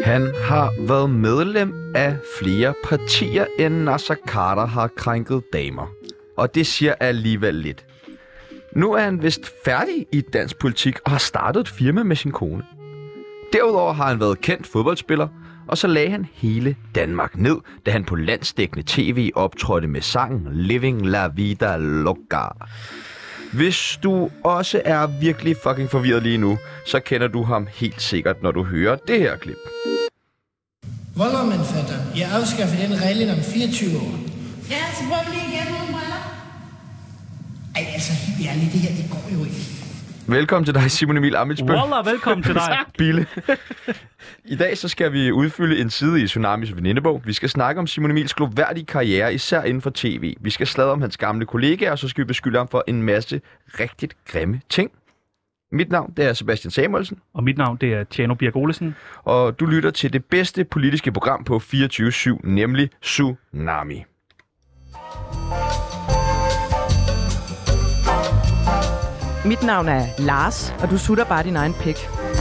Han har været medlem af flere partier, end Naser Khader har krænket damer. Og det siger alligevel lidt. Nu er han vist færdig i dansk politik og har startet et firma med sin kone. Derudover har han været kendt fodboldspiller, og så lagde han hele Danmark ned, da han på landsdækkende tv optrådte med sangen Living La Vida Loca. Hvis du også er virkelig fucking forvirret lige nu, så kender du ham helt sikkert, når du hører det her klip. Vollermand, fatter. Jeg afskaffer den reglen om 24 år. Ja, så prøver vi lige igen uden briller. Ej, altså helt ærligt, det her, det går jo ikke. Velkommen til dig, Simon Emil Amitsbøl. Wallah, velkommen til dig. Bille. I dag så skal vi udfylde en side i Tsunamis venindebog. Vi skal snakke om Simon Emils gloværdige karriere, især inden for tv. Vi skal sladre om hans gamle kollegaer, og så skal vi beskylde ham for en masse rigtigt grimme ting. Mit navn, det er Sebastian Samuelsen. Og mit navn, det er Tjano Birk Olesen. Og du lytter til det bedste politiske program på 24/7, nemlig Tsunami. Mit navn er Lars, og du sutter bare din egen pik.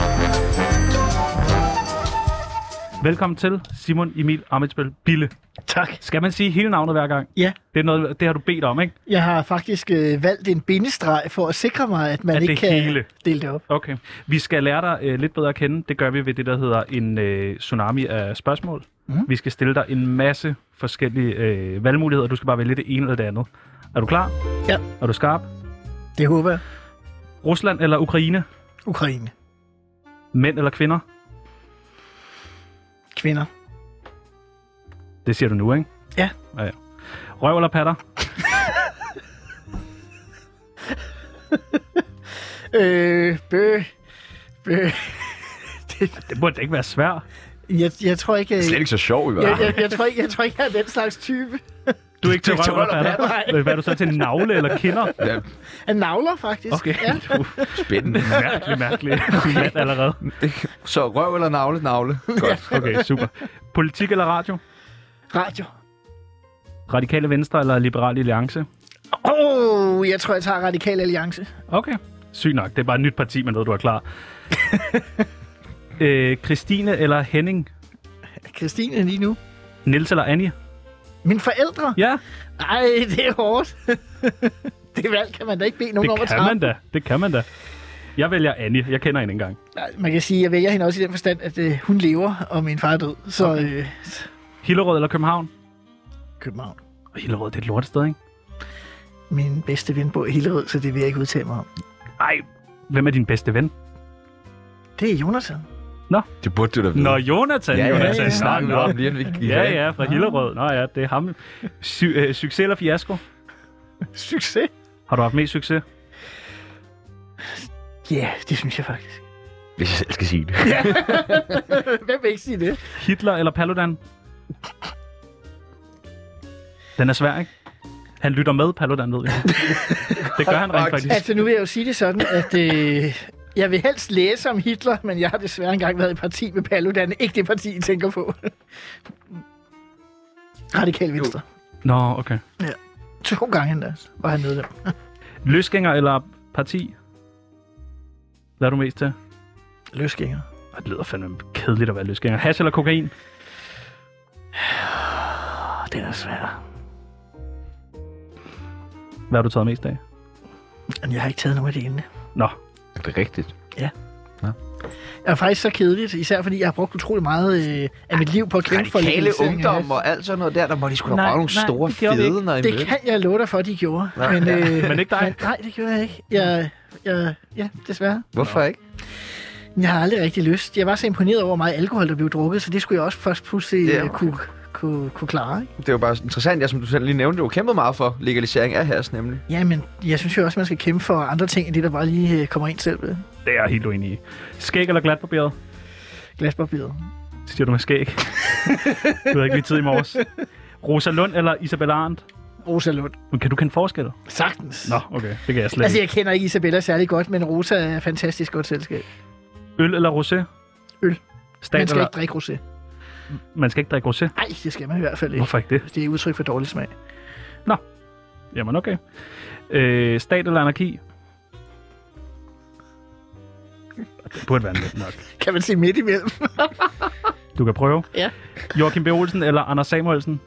Velkommen til Simon Emil Amitsbøl Bille. Tak. Skal man sige hele navnet hver gang? Ja. Det er noget, det har du bedt om, ikke? Jeg har faktisk valgt en bindestreg for at sikre mig, at man At ikke det kan hele. dele det op. Okay. Vi skal lære dig lidt bedre at kende. Det gør vi ved det, der hedder en tsunami af spørgsmål. Vi skal stille dig en masse forskellige valgmuligheder. Du skal bare vælge det ene eller det andet. Er du klar? Ja. Er du skarp? Det håber jeg. Rusland eller Ukraine? Ukraine. Mænd eller kvinder? Kvinder. Det siger du nu, ikke? Ja. Ja. Røv eller patter? Bø. Det burde da ikke være svært. Jeg tror ikke... Det er slet ikke så sjov i hvert fald. Jeg tror ikke, jeg er den slags type. Du er ikke til ikke til røv eller patter? Nej. Hvad er du så til, navle eller kinder? Ja, Han navler faktisk. Okay, Ja. spændende. mærkelig mand allerede. Så røv eller navle? Godt. Okay, super. Politik eller radio? Radio. Radikale Venstre eller Liberal Alliance? Jeg tror, jeg tager Radikal Alliance. Okay. Sygt nok. Det er bare et nyt parti, men noget, du er klar. Christine eller Henning? Christine lige nu. Niels eller Annie? Mine forældre? Ja, Ej, det er hårdt. Det valg kan man da ikke bede nogen om at træffe. Det kan man da. Jeg vælger Annie. Jeg kender hende engang. Nej, man kan sige, at jeg vælger hende også i den forstand, at hun lever, og min far er død. Så Okay. Hillerød eller København? København. Og Hillerød, det er et lortested, ikke? Min bedste ven bor i Hillerød, så det vil jeg ikke udtale mig om. Ej, hvem er din bedste ven? Det er Jonathan. Det burde du da vide. Nå, Jonathan. Jonathan. ja. snakker vi om lige, at vi kan Ja, fra Hillerød. Nå ja, det er ham. Succes eller fiasko? Succes. Har du haft mest succes? Ja, det synes jeg faktisk. Hvis jeg selv skal sige det. Hvem vil ikke sige det? Hitler eller Paludan? Den er svær, ikke? Han lytter med, Paludan, ved vi. Det gør han rent faktisk. Altså, nu vil jeg jo sige det sådan, at jeg vil helst læse om Hitler, men jeg har desværre engang været i parti med Paludan. Ikke det parti, I tænker på. Radikal Venstre. Nå, okay. 2 gange endda var han medlem. Løsgænger eller parti? Hvad er du mest til? Løsgænger. Det lyder fandme kedeligt at være løsgænger. Hash eller kokain? Den er svær. Hvad har du taget mest af? Men jeg har ikke taget nogen af det ene. Nå, Er det rigtigt? Jeg er faktisk så kedeligt, især fordi jeg har brugt utrolig meget af mit liv på at kæmpe for Radikale legalisering af ungdom og alt sådan noget der må de sgu da Nej, bare nogle nej, store det gjorde vi fede, når I det mødte. kan jeg love dig for, at de gjorde. Nej. Men, men ikke dig? Men, nej, det gjorde jeg ikke. Ja, desværre. Hvorfor ikke? Jeg har aldrig rigtig lyst. Jeg var så imponeret over, hvor meget alkohol, der blev drukket, så det skulle jeg også først pludselig Ja. kunne klare. Ikke? Det er jo bare interessant, som du selv lige nævnte, du kæmpet meget for legalisering af hash, nemlig. Ja, men jeg synes jo også, man skal kæmpe for andre ting, end det, der bare lige kommer ind selv ved. Det er jeg helt uenig i. Skæg eller glatbarberet? Glaspapiret. Siger du med skæg? Du havde ikke lige tid i morges. Rosa Lund eller Isabella Arendt? Rosa Lund. Men kan du kende forskel? Sagtens. Nå, okay. Det kan jeg slet Altså, ikke. jeg kender ikke Isabella særlig godt, men Rosa er fantastisk godt selskab. Øl eller rosé? Øl. Stat Man skal eller... ikke drikke rosé. Man skal ikke drikke rosé? Nej, det skal man i hvert fald ikke. Hvorfor ikke det? Det er udtryk for dårlig smag. Jamen okay. Stat eller anarki? Det burde være nemt nok. Kan man sige midt imellem? Du kan prøve. Ja. Joachim B. Olsen eller Anders Samuelsen?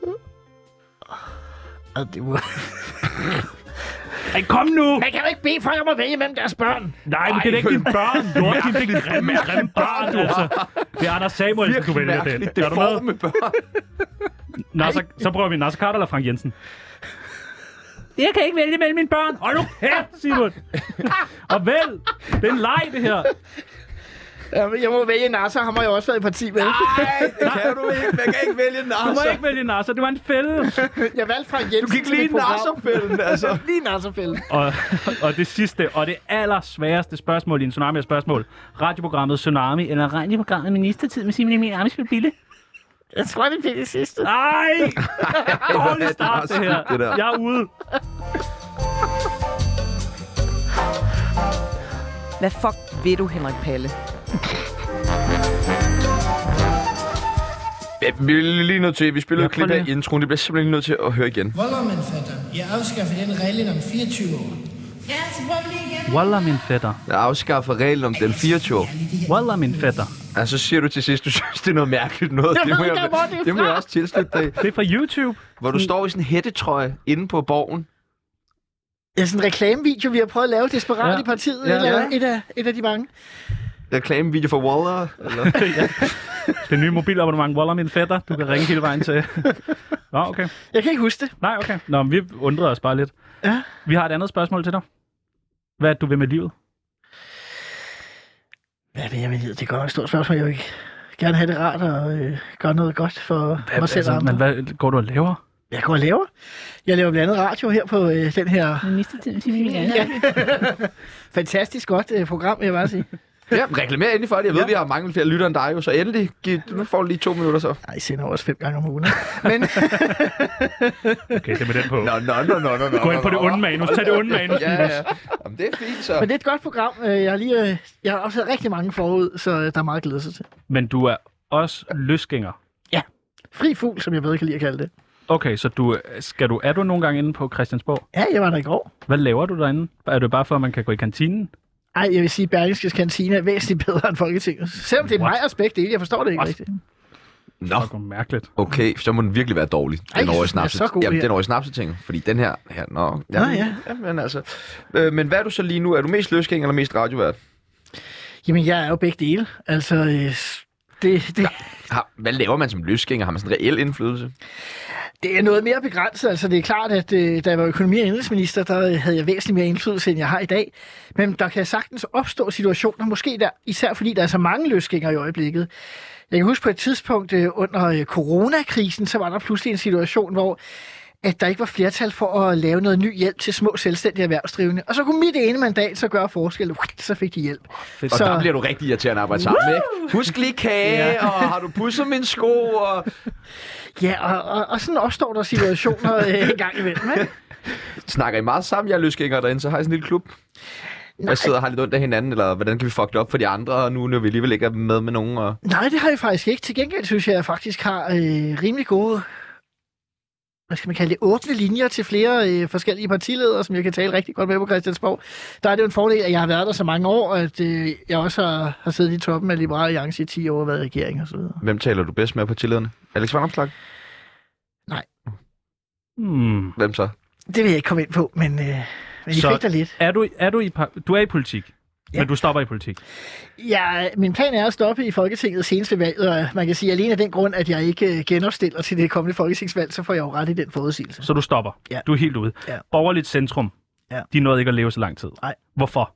Det må... Ej, kom nu! Man kan jo ikke bede folk om at vælge mellem deres børn. Nej, men det er ikke dine børn. Joachim, det er grimme børn, altså. Det er Anders Samuelsen, du vælger den. Det får med børn. Så prøver vi Nasser Carter eller Frank Jensen. Jeg kan ikke vælge mellem mine børn. Hold nu kæft, Simon. Og vælg. Det er en leg, det her. Jeg må vælge Nasser. Han har jo også været i parti med. Nej, det kan du ikke. Man kan ikke vælge Nasser. Du må ikke vælge Nasser. Det var en fælde. Jeg valgte Frank Jensen. Du kan ikke lide Nasser-fælden, altså. Lige Nasser-fælden. Og det sidste, og det allersværeste spørgsmål i en Tsunami af spørgsmål. Radioprogrammet Tsunami eller radioprogrammet Ministertid med Simon Emil Ammitzbøll-Bille? Jeg tror, det bliver det sidste. Nej! Dårlig start, det her. Det der. Jeg er ude. Hvad fuck ved du, Henrik Palle? Vi er lige nødt til, vi spiller et klip af introen. Det bliver simpelthen lige nødt til at høre igen. Wallah, min fætter. Jeg afskaffer den reglen om 24 år. Ja, så prøver vi lige igen. Wallah, min fætter. Jeg afskaffer reglen om den 24 år. Wallah, min fætter. Altså, så siger du til sidst, du synes, det er noget mærkeligt noget. Det må jeg også tilslutte dig. Det er fra YouTube. Hvor du står i sådan en hættetrøje inde på borgen. Ja, sådan en reklamevideo, vi har prøvet at lave desperat i partiet. Ja. Eller et af de mange. Reklamevideo for Waller, eller? Det nye mobilabonnement Wallah, min fætter. Du kan ringe hele vejen til. Nå, okay. Jeg kan ikke huske det. Nej, okay. Nå, men vi undrede os bare lidt. Ja. Vi har et andet spørgsmål til dig. Hvad er det, du vil med livet? Hvad vil jeg med livet? Det er godt nok et stort spørgsmål. Jeg vil gerne have det rart og gøre noget godt for mig selv og andre. Men hvad går du og laver? Jeg går og laver. Jeg laver blandt andet radio her på den her... Ministertid. Fantastisk godt program, vil jeg bare sige. Ja, reklamer endelig for det. Jeg ved, vi har mange flere lyttere end dig, jo, så endelig. Nu får du lige 2 minutter så. Nej, I sender også 5 gange om ugen. Men... Okay, det er med den på. Nå. Gå ind på det onde manus. Tag det onde manus. Ja. Jamen, det er fint, så. Men det er et godt program. Jeg har også rigtig mange forud, så der er meget at glæde sig til. Men du er også løsgænger. Ja. Fri fugl, som jeg bedre kan lide at kalde det. Okay, så er du nogle gange inde på Christiansborg? Ja, jeg var der i går. Hvad laver du derinde? Er det bare for, at man kan gå i kantinen? Ej, jeg vil sige, at Berlingskes kantine er væsentligt bedre end Folketinget. Selvom det er mig og begge dele, jeg forstår det ikke rigtigt. Nå, Det er mærkeligt. okay, så må den virkelig være dårlig. Ej, Den over i den er så god, Jamen, her. den over i snapseting. Fordi den her nå. Nå, ja. Men altså. Men hvad er du så lige nu? Er du mest løsgænger eller mest radiovært? Jamen, jeg er jo begge dele. Altså, Hvad laver man som løsgænger? Har man sådan en reel indflydelse? det er noget mere begrænset. Altså, det er klart, at da jeg var økonomi- og indrigsminister, der havde jeg væsentligt mere indflydelse, end jeg har i dag. Men der kan sagtens opstå situationer, måske der, især fordi der er så mange løsgængere i øjeblikket. Jeg kan huske på et tidspunkt under coronakrisen, så var der pludselig en situation, hvor at der ikke var flertal for at lave noget ny hjælp til små selvstændige erhvervsdrivende. Og så kunne mit ene mandat så gøre forskel. Så fik de hjælp. Og der bliver du rigtig irriterende at arbejde sammen med, ikke? Husk lige kage, og har du pudset min sko, og... Ja, og sådan opstår der situationer en gang imellem, ikke? Snakker I meget sammen, jeg er løsgængere derinde, så har I sådan en lille klub? Jeg sidder og har lidt ondt af hinanden, eller hvordan kan vi fuck det op for de andre, og nu når vi alligevel ikke er med nogen? Og... Nej, det har jeg faktisk ikke. Til gengæld synes jeg faktisk har rimelig gode, hvad skal man kalde det, åbne linjer til flere forskellige partiledere, som jeg kan tale rigtig godt med på Christiansborg. Der er det jo en fordel, at jeg har været der så mange år, at jeg også har siddet i toppen af Liberal Alliance i 10 år og været i regering og så videre. Hvem taler du bedst med på partilederne? Alex Vanopslagh? Nej. Hvem så? Det vil jeg ikke komme ind på, men I fik da lidt. Du er i politik, Ja. men du stopper i politik. Ja, min plan er at stoppe i Folketinget senest ved valget, og man kan sige, alene af den grund, at jeg ikke genopstiller til det kommende folketingsvalg, så får jeg jo ret i den forudsigelse. Så du stopper. Ja. Du er helt ude. Ja. Borgerligt centrum. Ja. De nåede ikke at leve så lang tid. Nej. Hvorfor?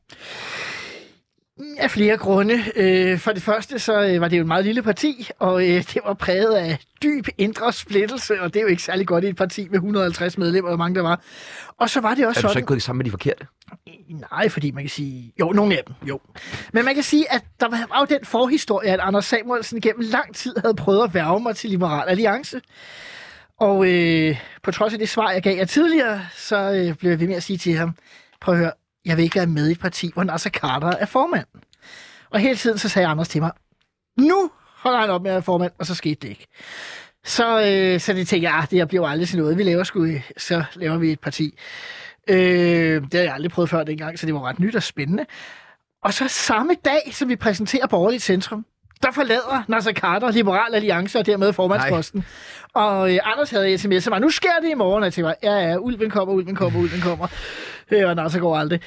Af flere grunde. For det første, så var det jo et meget lille parti, og det var præget af dyb indre splittelse, og det er jo ikke særlig godt i et parti med 150 medlemmer, hvor mange der var. Og så var det også Er du så sådan... ikke gået sammen med de forkerte? Nej, fordi man kan sige... Jo, nogle af dem, jo. Men man kan sige, at der var jo den forhistorie, at Anders Samuelsen gennem lang tid havde prøvet at værge mig til Liberal Alliance. Og på trods af det svar, jeg gav jer tidligere, så blev jeg ved med at sige til ham, prøv at høre, jeg vil ikke være med i et parti, hvor Nasser Carter er formand. Og hele tiden så sagde Anders til mig, nu holder han op med at være formand, og så skete det ikke. Så det tænkte jeg, det bliver jo aldrig til noget. Så laver vi et parti. Det har jeg aldrig prøvet før dengang, så det var ret nyt og spændende. Og så samme dag, som vi præsenterer Borgerligt Centrum, der forlader Naser Khader Liberal Alliance og dermed formandsposten. Og Anders havde sms'et mig, nu sker det i morgen. Og jeg tænkte, ja, ulven kommer. Og Naser går aldrig.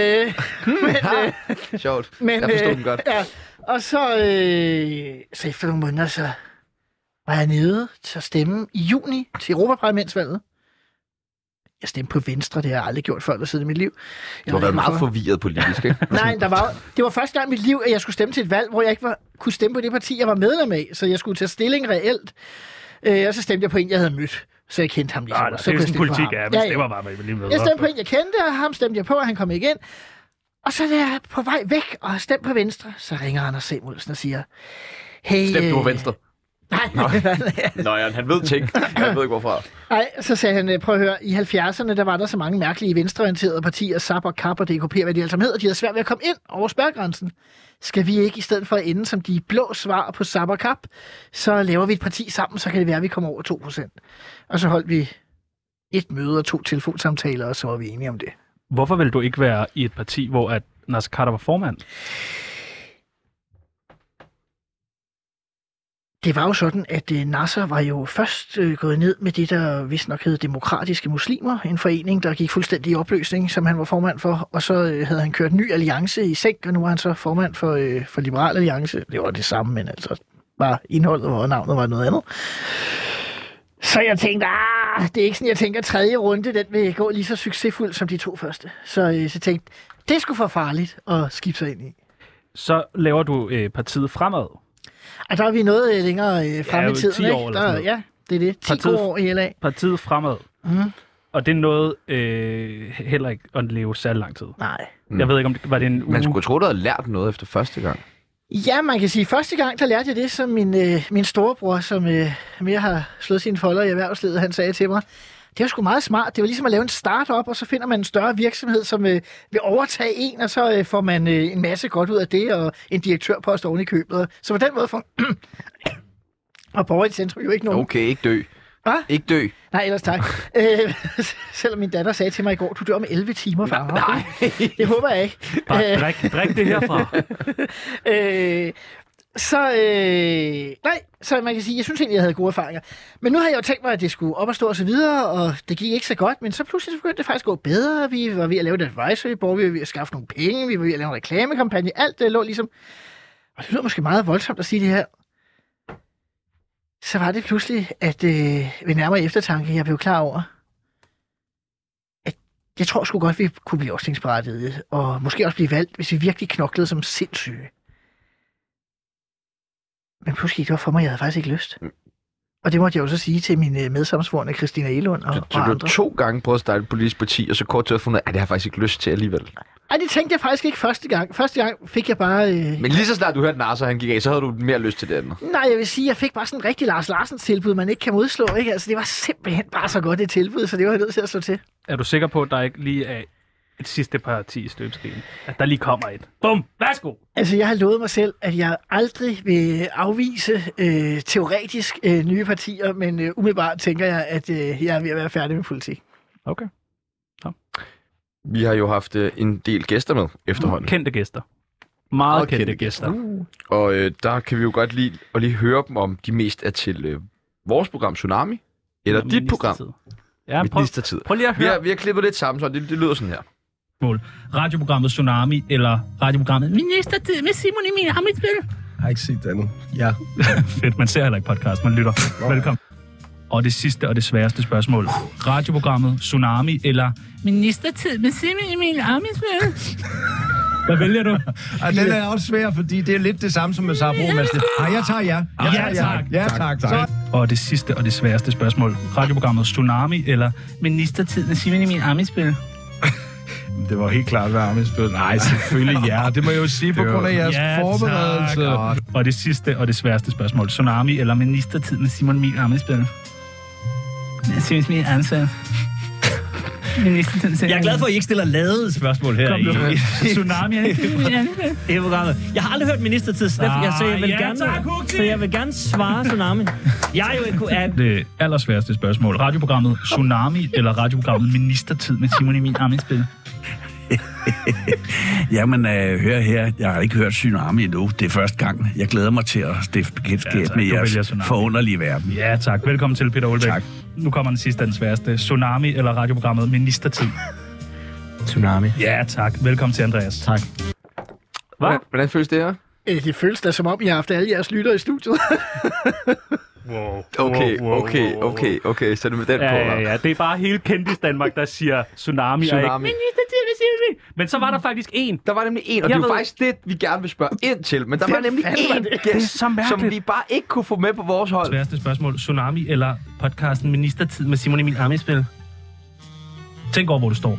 Sjovt. Jeg forstod den godt. Ja, og så efter nogle måneder, så var jeg nede til at stemme i juni til Europaparlamentsvalget. Jeg stemte på Venstre, det har jeg aldrig gjort før siden i mit liv. Du har været meget forvirret politisk, ikke? Nej, det var første gang i mit liv, at jeg skulle stemme til et valg, hvor jeg ikke kunne stemme på det parti, jeg var medlem af. Så jeg skulle tage stilling reelt. Og så stemte jeg på en, jeg havde mødt. Så jeg kendte ham ligesom. Det er sådan politik, men stemmer bare med lige med. Jeg stemte på en, jeg kendte, og ham stemte jeg på, og han kom igen. Og så er jeg på vej væk og har stemt på Venstre. Så ringer Anders Samuelsen og siger, hey... Stemte du på Venstre? Nej. Nå ja, han ved ting. Jeg ved ikke hvorfor. Nej, så sagde han, prøv at høre, i 70'erne, der var der så mange mærkelige venstreorienterede partier, SAP og KAP og DKP, hvad de alle sammen hedder, de havde svært ved at komme ind over spærregrænsen. Skal vi ikke, i stedet for at ende som de blå svar på SAP og KAP, så laver vi et parti sammen, så kan det være, at vi kommer over 2%. Og så holdt vi et møde og 2 telefonsamtaler, og så var vi enige om det. Hvorfor vil du ikke være i et parti, hvor at Naser Khader var formand? Det var jo sådan, at Naser var jo først gået ned med det, der vist nok hed Demokratiske Muslimer, en forening, der gik fuldstændig i opløsning, som han var formand for, og så havde han kørt ny alliance i sænk, og nu var han så formand for Liberal Alliance. Det var det samme, men altså bare indholdet og navnet var noget andet. Så jeg tænkte, det er ikke sådan, jeg tænker, at 3. runde, den vil gå lige så succesfuldt som de 2 første. Så jeg tænkte, det er sgu for farligt at skifte sig ind i. Så laver du partiet Fremad. Der er vi noget længere frem i tiden. 10 år eller sådan noget. Ja, det er det. 10 år i LA. Partiet Fremad. Mm. Og det er noget heller ikke at leve særlig lang tid. Nej. Jeg ved ikke, om det var det en uge. Man skulle tro, du havde lært noget efter første gang. Ja, man kan sige, første gang, der lærte jeg det, som min storebror, som mere har slået sine folder i erhvervslivet, han sagde til mig. Det var sgu meget smart. Det var ligesom at lave en start-up, og så finder man en større virksomhed, som vil overtage en, og så får man en masse godt ud af det, og en direktørpost oven i købet. Så på den måde får... og borger i centrum jo ikke nogen... Okay, ikke dø. Hvad? Ikke dø. Nej, ellers tak. Selvom min datter sagde til mig i går, du dør om 11 timer, far. Nej. Det håber jeg ikke. Bare drik det herfra. Så man kan sige, jeg synes egentlig, jeg havde gode erfaringer. Men nu har jeg jo tænkt mig, at det skulle op og stå og så videre, og det gik ikke så godt, men så pludselig begyndte det faktisk at gå bedre. Vi var ved at lave et advisory board, vi var ved at skaffe nogle penge, vi var ved at lave en reklamekampagne, alt det lå ligesom... Og det lyder måske meget voldsomt at sige det her. Så var det pludselig, at ved nærmere eftertanke, jeg blev klar over, at jeg tror sgu godt, vi kunne blive opstillingsberettigede, og måske også blive valgt, hvis vi virkelig knoklede som sindssyge. Men pludselig, det var for mig, jeg havde faktisk ikke lyst. Og det måtte jeg jo så sige til min medsamsvorne, Christina Elund og Så andre. du 2 gange prøvede at starte et politisk parti, og så kort til at finde ud af, at det har jeg faktisk ikke lyst til alligevel. Ej, det tænkte jeg faktisk ikke første gang. Første gang fik jeg bare... Men lige så snart du hørte Naser, han gik af, så havde du mere lyst til det andet. Nej, jeg vil sige, jeg fik bare sådan en rigtig Lars Larsens tilbud, man ikke kan modslå, ikke? Altså, det var simpelthen bare så godt et tilbud, så det var jeg nødt til at slå til. Er du sikker på, at der ikke lige er et sidste parti i støbeskeen? At der lige kommer et. Bum! Værsgo! Altså, jeg har lovet mig selv, at jeg aldrig vil afvise teoretisk nye partier, men umiddelbart tænker jeg, at jeg er ved at være færdig med politik. Okay. Ja. Vi har jo haft en del gæster med efterhånden. Kendte gæster. Meget kendte gæster. Og der kan vi jo godt lide at lige høre dem, om de mest er til vores program Tsunami, eller dit program. Ja, prøv lige at høre. Vi har klippet lidt sammen, så det lyder sådan her. Radioprogrammet Tsunami, eller radioprogrammet Ministertid med Simon Emil Ammitzbøll. Jeg har ikke set det andet. Ja. Fedt, man ser heller ikke podcast, man lytter. Velkommen. Og det sidste og det sværeste spørgsmål. Radioprogrammet Tsunami, eller Ministertid med Simon Emil Ammitzbøll. Hvad vælger du? Den er også svær, fordi det er lidt det samme som med Sabro. Jeg tager ja. Ja, tak. Og det sidste og det sværeste spørgsmål. Radioprogrammet Tsunami, eller Ministertid med Simon Emil Ammitzbøll. Det var helt klart ved Ammitzbøll. Nej, selvfølgelig ja. Det må jeg jo sige på grund af jeres forberedelse. Og det sidste og det sværeste spørgsmål. Tsunami eller Ministertid med Simon Emil Ammitzbøll? Simon Emil Ammitzbøll. Jeg er glad for, at I ikke stiller ladede spørgsmål her i Tsunami. Det er programmet. Jeg har aldrig hørt Ministertid, så jeg vil gerne svare Tsunami. Jeg er jo ikke... Det allersværeste spørgsmål. Radioprogrammet Tsunami eller radioprogrammet Ministertid med Simon Emil Ammitzbøll? Jamen, hør her. Jeg har ikke hørt Tsunami endnu. Det er første gang. Jeg glæder mig til at stifte bekendtskab med jeres forunderlige verden. Ja, tak. Velkommen til, Peter Olbæk. Tak. Nu kommer den sidste, den sværeste. Tsunami eller radioprogrammet Ministertid? Tsunami. Ja, tak. Velkommen til, Andreas. Tak. Hvordan føles det her? Det føles da som om, I har haft alle jeres lyttere i studiet. Okay, så er det med den på. Ja, det er bare hele kendis Danmark, der siger tsunami. Og ikke, men så var der faktisk en. Der var nemlig en, og det er jo faktisk det, vi gerne vil spørge ind til. Men der var nemlig en gæst, som vi bare ikke kunne få med på vores hold. Sværeste spørgsmål. Tsunami eller podcasten Ministertid med Simon Emil Ammitzbøll? Tænk over, hvor du står.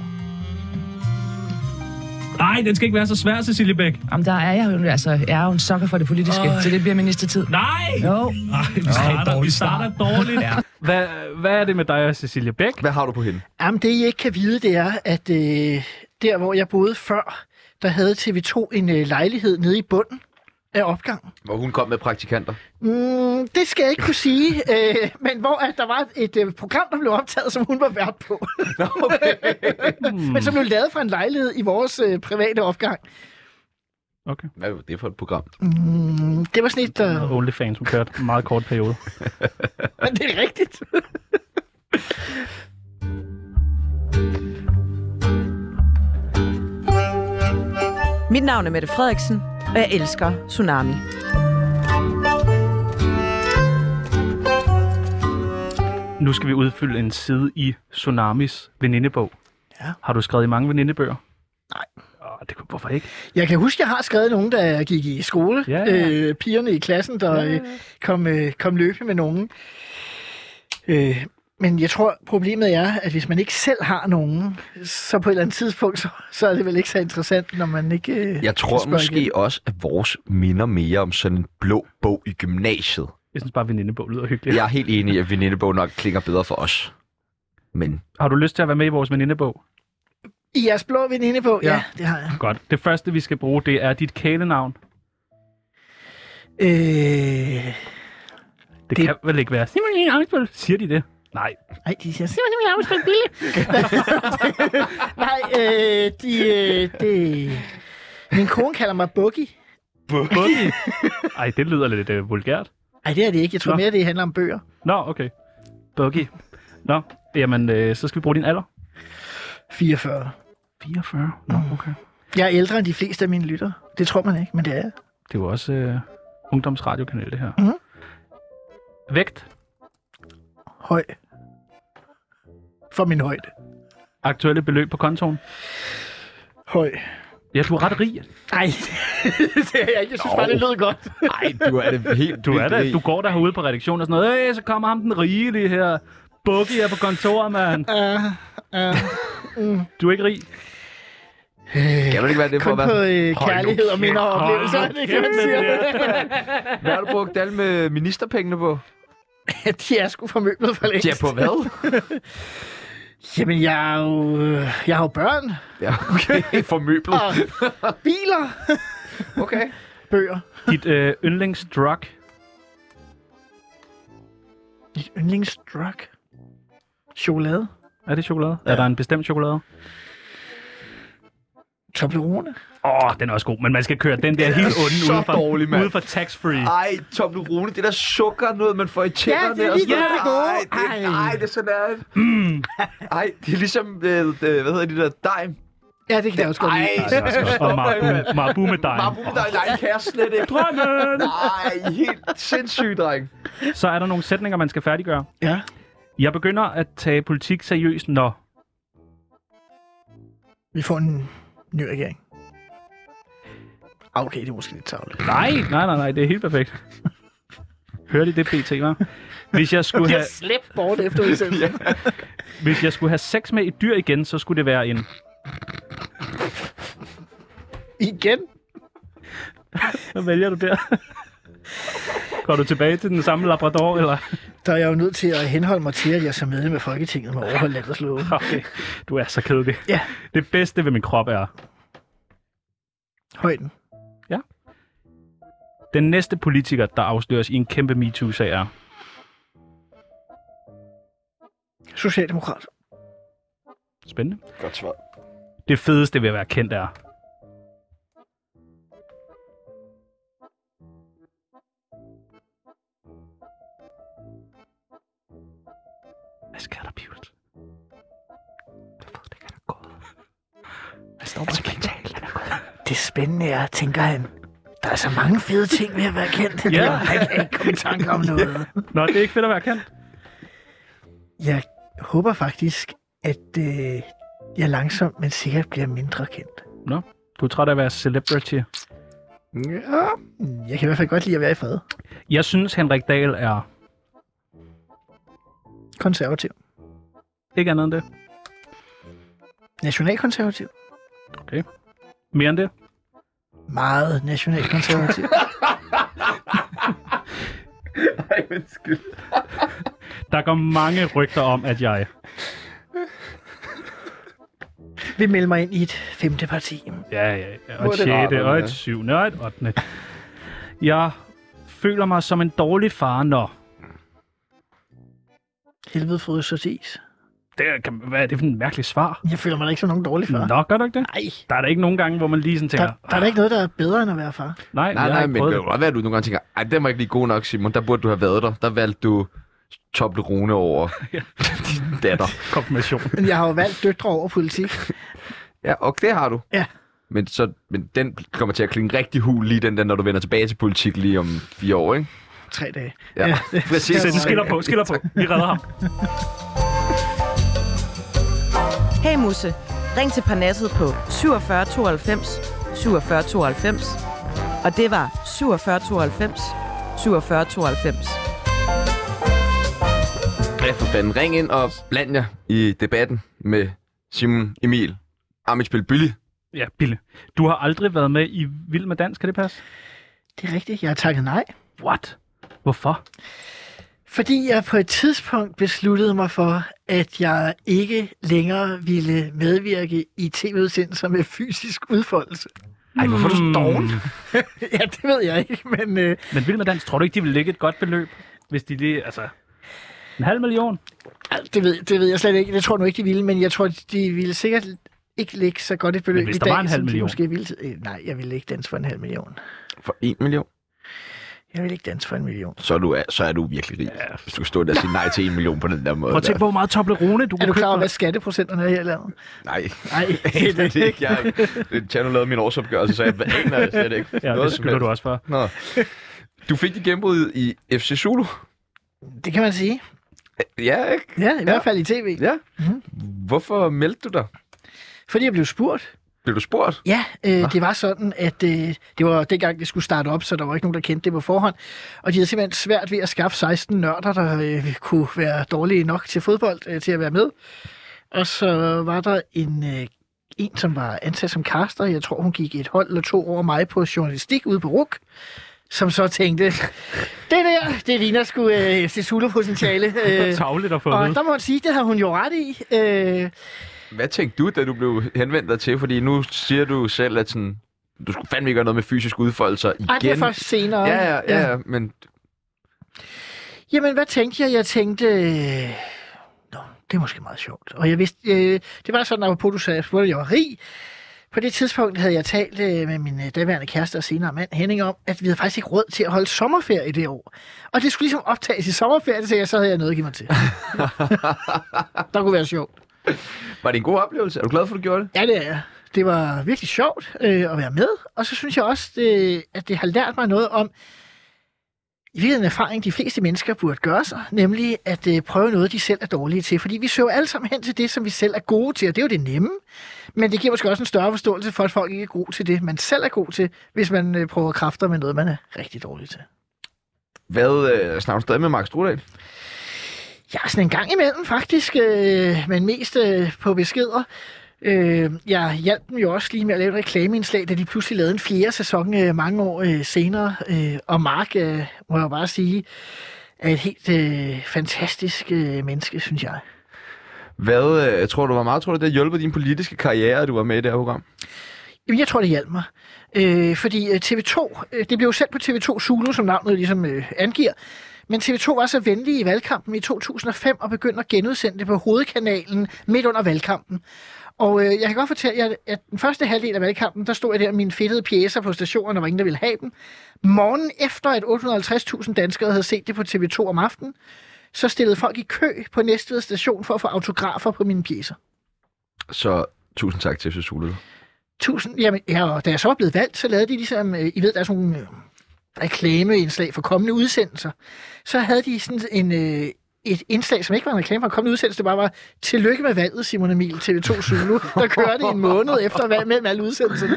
Nej, den skal ikke være så svær, Cecilie Bæk. Jamen, der er jeg jo, jeg er jo en sokker for det politiske, så det bliver ministertid. Nej! Jo. Vi starter dårligt. Ja. Hvad er det med dig og Cecilie Bæk? Hvad har du på hende? Jamen, det I ikke kan vide, det er, at der, hvor jeg boede før, der havde TV2 en lejlighed nede i bunden af opgangen. Hvor hun kom med praktikanter? Det skal jeg ikke kunne sige, men hvor der var et program, der blev optaget, som hun var vært på. Okay. Men som blev lavet fra en lejlighed i vores private opgang. Okay. Hvad var det for et program? Det var sådan et... OnlyFans, som kørte en meget kort periode. Men det er rigtigt. Mit navn er Mette Frederiksen, og jeg elsker Tsunami. Nu skal vi udfylde en side i Tsunamis venindebog. Ja. Har du skrevet i mange venindebøger? Nej. Hvorfor ikke? Jeg kan huske, jeg har skrevet nogen, der gik i skole. Ja. Pigerne i klassen, der kom løbende med nogen. Men jeg tror, problemet er, at hvis man ikke selv har nogen, så på et eller andet tidspunkt, så er det vel ikke så interessant, når man ikke... Jeg tror måske igen. Også, at vores minder mere om sådan en blå bog i gymnasiet. Jeg synes bare, at venindebog lyder hyggeligt. Jeg er helt enig i, at venindebog nok klinger bedre for os. Men... Har du lyst til at være med i vores venindebog? I jeres blå venindebog? Ja, det har jeg. Godt. Det første, vi skal bruge, det er dit kælenavn. Det kan vel ikke være Simon Emil Ammitzbøll. Siger de det? Nej. Nej, de siger Simon Emil Ammitzbøll Bille. Nej, min kone kalder mig Buggy. Buggy? Ej, det lyder lidt vulgært. Nej, det er det ikke. Jeg tror mere, det handler om bøger. Nå, okay. Buggy. Nå, jamen, så skal vi bruge din alder. 44. 44? Nå, okay. Jeg er ældre end de fleste af mine lyttere. Det tror man ikke, men det er jeg. Det er jo også ungdomsradiokanal, det her. Mm-hmm. Vægt? Høj. For min højde. Aktuelle beløb på kontoen? Høj. Ja, du er ret rig. Nej, det er jeg ikke. Jeg synes bare, det lød godt. Nej, du er det helt Du er det. Du går der herude på redaktionen og sådan noget. Så kommer ham den rige lige her. Buggy er på kontoret, mand. Du er ikke rig. Kan man ikke være det for at være... Kun på kærlighed og minder og oplevelser, det kan man sige. Hvad har du brugt alle med ministerpengene på? De er sgu formøblet for længst. De er på hvad? Jamen, jeg har jo børn. Ja, okay. Formøblet. Og biler. Okay. Bøger. Dit yndlingsdrug? Dit yndlingsdrug? Chokolade. Er det chokolade? Ja. Er der en bestemt chokolade? Toblerone. Den er også god, men man skal køre den der helt onde ude for tax-free. Ej, Toblerone, det der sukker, noget man får i tænderne. Ja, det er lige det gode. Ej, det er sådan der. Ej, det er ligesom, hvad hedder de der, dime. Ja, det kan jeg også godt lide. Og Marbu med dig. Marbu med dig, nej, kan jeg slet ikke. Drømmen! Nej, helt sindssygt, dreng. Så er der nogle sætninger, man skal færdiggøre. Ja. Jeg begynder at tage politik seriøst, når... Vi får en ny regering. Okay, det er måske lidt tavligt. Nej, det er helt perfekt. Hørte I det, PT, hva'? Hvis jeg skulle have... slæbt bort efter udsendelsen. Hvis jeg skulle have sex med et dyr igen, så skulle det være en... Igen? Hvad vælger du der? Går du tilbage til den samme labrador, eller? Der er jeg jo nødt til at henholde mig til, at jeg som medlem af Folketinget må overholde landets love. Okay, du er så kedelig. Ja. Det bedste ved min krop er... Højden. Ja. Den næste politiker, der afsløres i en kæmpe MeToo-sag er... Socialdemokrat. Spændende. Godt svar. Det fedeste ved at være kendt er... Hvad sker der, Pibels? Hvad står der? Det spændende er, tænker han. Der er så mange fede ting ved at være kendt. Ja. Jeg kan ikke komme i tanke om noget. Nå, det er ikke fedt at være kendt. Jeg håber faktisk, at jeg langsomt, men sikkert bliver mindre kendt. Nå, du er træt af at være celebrity. Ja. Jeg kan i hvert fald godt lide at være i fred. Jeg synes, Henrik Dahl er... Konservativ. Ikke andet end det. Nationalkonservativ. Okay. Mere end det? Meget nationalkonservativ. Nej, undskyld. Der går mange rygter om, at jeg... Vi melder mig ind i et 5. parti. Ja. Og et 6. og et 7. og et 8. Jeg føler mig som en dårlig far, når... Helvede fryser til is. Hvad er det for en mærkelig svar? Jeg føler mig da ikke som nogen dårlig far. Nå, gør du ikke det? Nej. Der er der ikke nogen gange, hvor man lige sådan tænker... Der er da ikke noget, der er bedre end at være far. Nej, men det kan godt være, at du nogle gange tænker, ej, den var ikke lige god nok, Simon. Der burde du have været der. Der valgte du Toblerone over din datter. Konfirmation. Men jeg har jo valgt døtre over politik. Ja, og det har du. Ja. Men den kommer til at klinge rigtig hul lige den, når du vender tilbage til politik lige om 4 år, ikke? 3 dage. Ja, præcis. Sæt en skiller på. Vi redder ham. Hey Musse, ring til Parnasset på 47 92 47 92. Og det var 47 92 47 92. Ja, for fanden. Ring ind og bland jer i debatten med Simon Emil Ammitzbøll-Bille. Ja, Bille. Du har aldrig været med i Vild med Dans, kan det passe? Det er rigtigt. Jeg har takket nej. What? Hvorfor? Fordi jeg på et tidspunkt besluttede mig for, at jeg ikke længere ville medvirke i tv-udsendelser med fysisk udfoldelse. Ej, hvorfor er du så doven? Ja, det ved jeg ikke, men... Men Vild med Dans, tror du ikke, de vil lægge et godt beløb, hvis de lige... Altså, 500.000? Det ved jeg slet ikke. Det tror jeg nu ikke, de ville, men jeg tror, de ville sikkert ikke lægge så godt et beløb i dag. Men hvis der var 500.000? Måske ville... Nej, jeg ville ikke danse for 500.000. For 1 million? Jeg vil ikke danse for 1 million. Så er du virkelig rig, hvis du står der og siger nej til 1 million på den der måde. Prøv at tænke på, hvor meget Toblerone du er du klar over, hvad skatteprocenterne er her i landet? Nej, det er ikke. Jeg har lavet min årsopgørelse, så jeg aner det slet ikke. Ja, det skylder du også for. Nå. Du fik dit gennembrud i FC Zulu. Det kan man sige. Ja, ikke? Ja, i hvert fald i tv. Ja. Mm-hmm. Hvorfor meldte du dig? Fordi jeg blev spurgt. Blev du spurgt? Ja, det var sådan, at det var dengang, det skulle starte op, så der var ikke nogen, der kendte det på forhånd. Og de havde simpelthen svært ved at skaffe 16 nørder, der kunne være dårlige nok til fodbold til at være med. Og så var der en, som var ansat som caster. Jeg tror, hun gik et hold eller 2 over mig på journalistik ude på RUK, som så tænkte, det ligner sgu FC Zulu-potentiale. Tavligt at få og der må man sige, det havde hun jo ret i. Hvad tænkte du, da du blev henvendt dig til? Fordi nu siger du selv, at sådan, du skulle fandme ikke gøre noget med fysisk udfoldelser igen. Ej, det er først senere. Ja, men... Jamen, hvad tænkte jeg? Jeg tænkte... det er måske meget sjovt. Og jeg vidste... det var sådan, at du sagde, at jeg var rig. På det tidspunkt havde jeg talt med min daværende kæreste og senere mand, Henning, om, at vi havde faktisk ikke råd til at holde sommerferie i det år. Og det skulle ligesom optages i sommerferie, så havde jeg noget at give mig til. Der kunne være sjovt. Var det en god oplevelse? Er du glad for, at du gjorde det? Ja, det er jeg. Det var virkelig sjovt at være med. Og så synes jeg også, at det har lært mig noget om, i virkeligheden en erfaring, de fleste mennesker burde gøre sig, nemlig at prøve noget, de selv er dårlige til. Fordi vi søger alle sammen hen til det, som vi selv er gode til, og det er jo det nemme. Men det giver måske også en større forståelse for, at folk ikke er gode til det, man selv er god til, hvis man prøver kræfter med noget, man er rigtig dårlig til. Hvad snakker du stadig med Mark Strudal? Ja, sådan en gang imellem faktisk, men mest på beskeder. Jeg hjalp dem jo også lige med at lave et reklameindslag, da de pludselig lavede en 4. sæson mange år senere. Og Mark, må jeg bare sige, er et helt fantastisk menneske, synes jeg. Hvad tror du, det har hjulpet din politiske karriere, at du var med i det her program? Jamen, jeg tror, det hjalp mig. Fordi TV2, det blev jo sendt på TV2 Zulu, som navnet ligesom angiver. Men TV2 var så venlige i valgkampen i 2005 og begyndte at genudsende det på hovedkanalen midt under valgkampen. Og jeg kan godt fortælle jer, at den første halvdel af valgkampen, der stod jeg der med mine fedtede pjæser på stationen, og der var ingen, der ville have dem. Morgen efter, at 850.000 danskere havde set det på TV2 om aftenen, så stillede folk i kø på Næstved station for at få autografer på mine pjæser. Så tusind tak til Zulu. Jamen, ja, og da jeg så var blevet valgt, så lavede de ligesom, I ved, der er sådan nogle reklameindslag for kommende udsendelser. Så havde de sådan et indslag, som ikke var en reklame for en kommende udsendelse, det bare var, tillykke med valget, Simon Emil, TV2 Zulu, der kørte en måned efter valg mellem alle udsendelserne.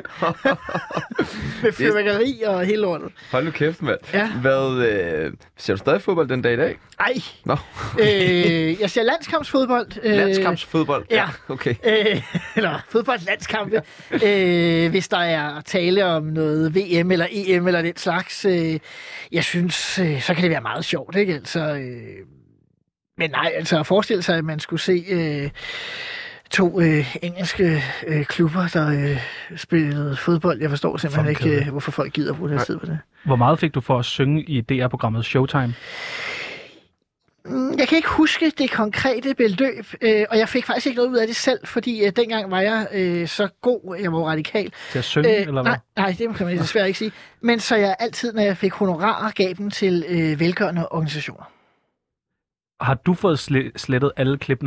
Med fyrværkeri og hele lortet. Hold nu kæft, mand. Ja. Ser du stadig fodbold den dag i dag? Ej. Nå. Jeg ser landskampsfodbold. Landskampsfodbold? Ja. Okay. Eller fodboldlandskampe. Hvis der er tale om noget VM eller EM eller den slags. Jeg synes, så kan det være meget sjovt, ikke? Altså... Men nej, altså at forestille sig, at man skulle se to engelske klubber, der spillede fodbold. Jeg forstår simpelthen ikke, hvorfor folk gider at bruge deres tid på det. Hvor meget fik du for at synge i DR-programmet Showtime? Jeg kan ikke huske det konkrete beløb, og jeg fik faktisk ikke noget ud af det selv, fordi dengang var jeg så god, jeg var radikal. Til at synge, eller hvad? Nej, det kan man desværre ikke sige. Men så jeg altid, når jeg fik honorarer, gav dem til velgørende organisationer. Har du fået slettet alle klippene?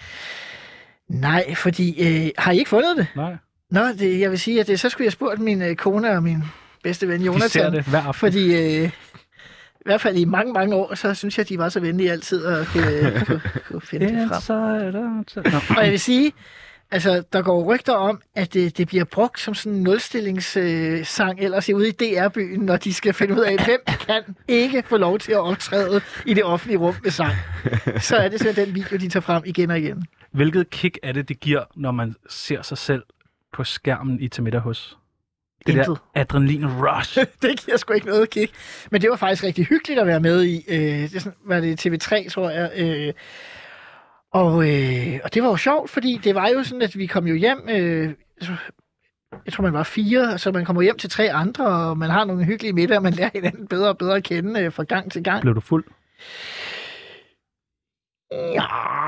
Nej, fordi... har I ikke fundet det? Nej. Nå, jeg vil sige, at så skulle jeg spurgt min kone og min bedste ven Jonathan. De ser det hver aften. Fordi i hvert fald i mange, mange år, så synes jeg, at de var så venlige altid at kunne finde det frem. Og jeg vil sige, altså, der går rygter om, at det bliver brugt som sådan en nulstillingssang ellers ude i DR-byen, når de skal finde ud af, hvem kan ikke få lov til at optræde i det offentlige rum med sang. Så er det simpelthen den video, de tager frem igen og igen. Hvilket kick er det giver, når man ser sig selv på skærmen i Til middag hos? Det der adrenalin-rush. Det giver sgu ikke noget kick. Men det var faktisk rigtig hyggeligt at være med i. Det var det TV3, tror jeg. Og det var jo sjovt, fordi det var jo sådan, at vi kom jo hjem, jeg tror man var 4, så man kommer hjem til 3 andre, og man har nogle hyggelige middag, og man lærer hinanden bedre og bedre at kende fra gang til gang. Blev du fuld? Ja,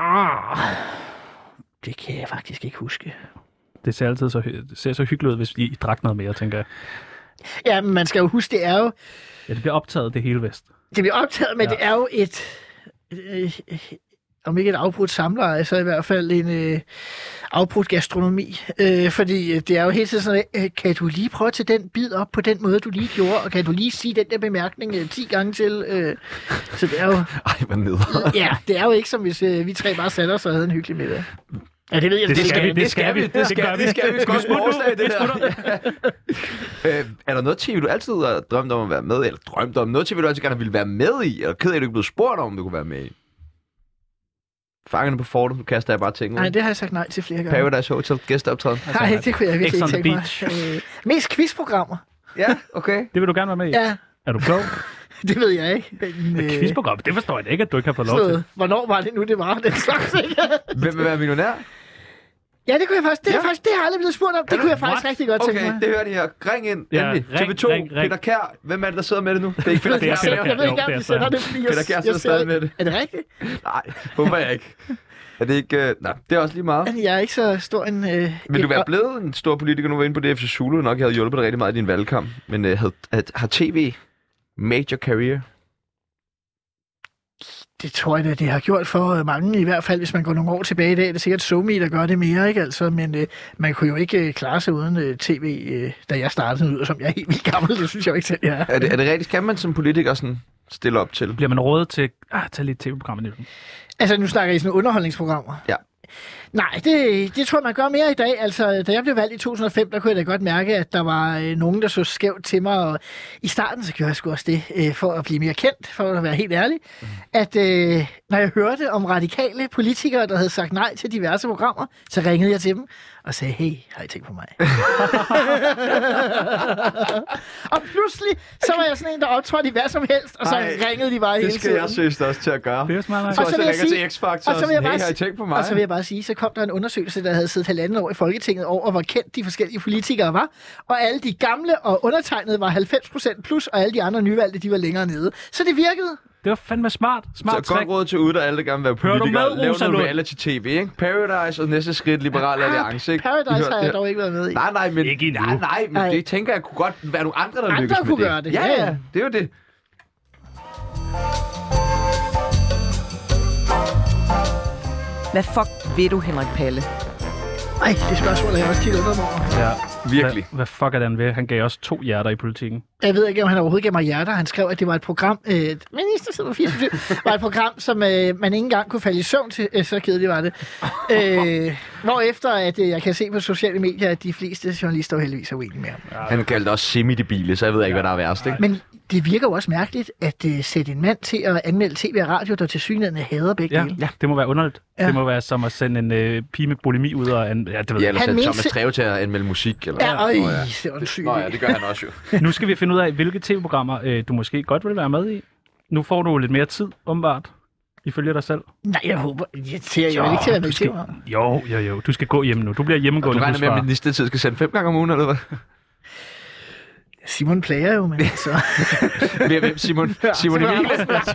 det kan jeg faktisk ikke huske. Det ser altid så hyggeligt ud, hvis I drak noget mere, tænker jeg. Ja, men man skal jo huske, det er jo... Ja, det bliver optaget, det hele vest. Det bliver optaget, men det er jo et om ikke et afbrudt samleje, så i hvert fald en afbrudt gastronomi. Fordi det er jo helt sådan, kan du lige prøve at tage den bid op på den måde, du lige gjorde, og kan du lige sige den der bemærkning 10 gange til? Så det er jo... Ej, hvad neder. Ja, det er jo ikke som hvis vi 3 bare satte os og havde en hyggelig middag. Ja, det ved jeg. Det skal vi. Det skal vi. Godt forslag, det der. Er der noget tv, du altid har drømt om at være med i? Eller drømt om noget tv, du altid gerne ville være med i? Eller ked af, at du ikke blev spurgt om du kunne være med i? Fangerne på fortet, nu kaster jeg bare ting ud. Nej, det har jeg sagt nej til flere gange. Paradise Hotel, gæsteoptræden. Nej, det kunne jeg virkelig ikke tænke mig. Mest quizprogrammer. Ja, okay. Det vil du gerne være med i? Ja. Er du klog? Det ved jeg ikke. Men quizprogram, det forstår jeg ikke, at du ikke har fået lov til. Hvornår var det nu, det var den slags, ikke? Hvem vil være millionær? Ja, det kunne jeg faktisk. Det har jeg aldrig blevet spurgt om. Det kunne jeg faktisk rigtig godt tænke mig. Okay, det hører de her. Ring ind. Endelig. TV2. Ring. Peter Kjær. Hvem er det, der sidder med det nu? Det er ikke Peter Kjær. Jeg ved ikke, om de sender det, fordi Peter Kjær sidder stadig med det. Er det rigtigt? Nej, håber jeg ikke. Er det ikke... Nej, det er også lige meget. Jeg er ikke så stor en... Vil du være blevet en stor politiker, nu var inde på DF Zulu, nok havde hjulpet dig rigtig meget i din valgkamp, men har tv major career? Det tror jeg da, det har gjort for mange, i hvert fald hvis man går nogle år tilbage i dag. Det er sikkert SoMe, der gør det mere, ikke altså? Men man kunne jo ikke klare sig uden tv, da jeg startede ud, som jeg er helt vildt gammel. Det synes jeg jo ikke selv, jeg er. Er det rigtigt? Kan man som politiker sådan stille op til? Bliver man rådet til at tage lidt tv-program i det? Altså, nu snakker I sådan underholdningsprogrammer. Ja. Nej, det tror jeg, man gør mere i dag. Altså, da jeg blev valgt i 2005, der kunne jeg da godt mærke, at der var nogen, der så skævt til mig. Og i starten, så gjorde jeg sgu også det, for at blive mere kendt, for at være helt ærlig. At når jeg hørte om radikale politikere, der havde sagt nej til diverse programmer, så ringede jeg til dem og sagde, hey, har I tænkt på mig? Og pludselig, så var jeg sådan en, der optrådte i hvad som helst, og så ringede de bare hele tiden. Det skal jeg synes også til at gøre. Det er smart. Så ringer til X-Factor og sådan, hey, har I tænkt på mig? Og så vil jeg bare sige, så kom der en undersøgelse, der havde siddet 1,5 år i Folketinget over, hvor kendt de forskellige politikere var. Og alle de gamle og undertegnede var 90% plus, og alle de andre nyvalgte, de var længere nede. Så det virkede. Det var fandme smart. Smart så godt råd til ude, der alle gerne vil være politikere. Lav noget reality-tv, ikke? Paradise og næste skridt, Liberal Alliance, ikke? Paradise har jeg dog ikke været med i. Nej, men, men det tænker jeg kunne godt være nogle andre, der lykkes med det. Andre kunne gøre det, ja. Det er jo det. Hvad fuck ved du, Henrik Palle? Ej, det spørgsmål har jeg også kigget under over. Ja, virkelig. Hvad fuck er den ved? Han gav også 2 hjerter i politikken. Jeg ved ikke, om han overhovedet gav mig hjerter. Han skrev, at det var et program, Ministertid på 24, var et program, som man ikke engang kunne falde i søvn til. Så kedeligt var det. Hvorefter, at jeg kan se på sociale medier, at de fleste journalister jo heldigvis er uenige med ham. Han kaldte også semi-debile, så jeg ved ikke, hvad der er værst, ikke? Men det virker jo også mærkeligt, at sætte en mand til at anmelde tv og radio, der til synligheden hader begge dele. Ja, det må være underligt. Ja. Det må være som at sende en pige med bulimi ud og... det ved eller sætte Thomas Treve til at anmelde musik. Eller det var sygt. Det gør han også jo. Nu skal vi finde ud af, hvilke tv-programmer du måske godt vil være med i. Nu får du lidt mere tid, åbenbart, ifølge dig selv. Nej, jeg håber... Jeg ser jo ikke til at være med. Jo. Du skal gå hjem nu. Du bliver hjemmegående. Du regner med, at ministertid skal sende 5 gange om ugen, eller hvad? Simon plager jo, men så... Hvem Simon? Simon Emil?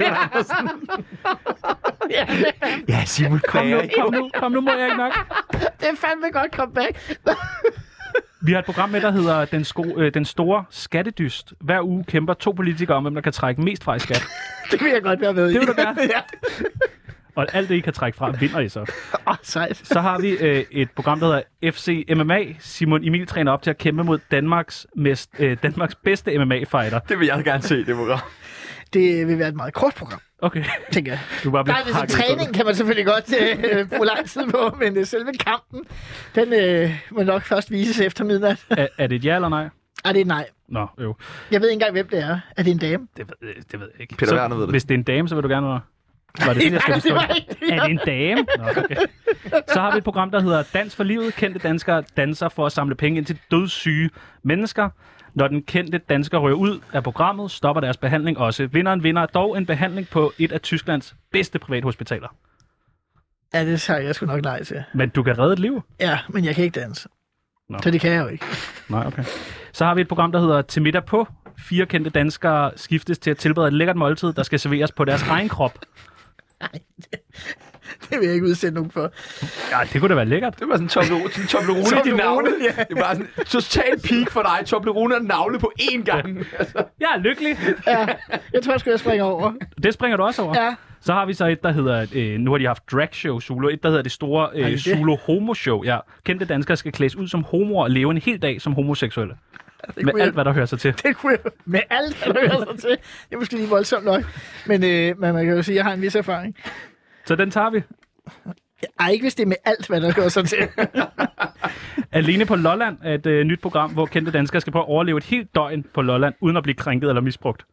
Ja, Simon plager. Kom nu, må jeg ikke nok. Det er fandme godt comeback. Vi har et program med, der hedder Den Store Skattedyst. Hver uge kæmper 2 politikere om, hvem der kan trække mest fra i skat. Det vil jeg godt være med i. Det vil du gerne. Ja. Og alt det, I kan trække fra, vinder I så. Sejt. Så har vi et program, der hedder FC MMA. Simon Emil træner op til at kæmpe mod Danmarks bedste MMA-fighter. Det vil jeg gerne se, det program. Det vil være et meget kort program. Okay. Tænker jeg. Du bare nej, det træning kan man selvfølgelig godt bruge lang tid på, men selve kampen, den må nok først vises efter midnat. Er det et ja eller nej? Det er et nej. Nå, jo. Jeg ved ikke engang, hvem det er. Er det en dame? Det ved jeg ikke. Peter Werner ved det. Hvis det er en dame, så vil du gerne være... Var det sådan, jeg skal bestå? Er det en dame? Nå, okay. Så har vi et program, der hedder Dans for livet. Kendte danskere danser for at samle penge ind til dødssyge mennesker. Når den kendte dansker rører ud af programmet, stopper deres behandling også. Vinderen vinder dog en behandling på et af Tysklands bedste privathospitaler. Ja, det sagde jeg sgu nok nej til. Men du kan redde et liv? Ja, men jeg kan ikke danse. Nå. Så det kan jeg jo ikke. Nej, okay. Så har vi et program, der hedder Til middag på. 4 kendte danskere skiftes til at tilberede et lækkert måltid, der skal serveres på deres egen krop. Nej, det vil jeg ikke udsætte nogen for. Ja, det kunne da være lækkert. Det var sådan en Toblerone i din navle. Ja. Det var sådan en total peak for dig. Toblerone og navle på én gang. Jeg er lykkelig. Ja, jeg tror sgu, jeg springer over. Det springer du også over? Ja. Så har vi så et, der hedder, nu har de haft drag show Zulu, et, der hedder det store Zulu Homo Show. Ja, kendte danskere skal klædes ud som homoer og leve en hel dag som homoseksuelle. Med alt, hvad der hører sig til. Det kunne jeg. Med alt, hvad der hører sig til. Det er måske lige voldsomt nok. Men man kan jo sige, at jeg har en vis erfaring. Så den tager vi. Ej, ikke hvis det er med alt, hvad der hører sig til. Alene på Lolland er et nyt program, hvor kendte danskere skal prøve at overleve et helt døgn på Lolland, uden at blive krænket eller misbrugt.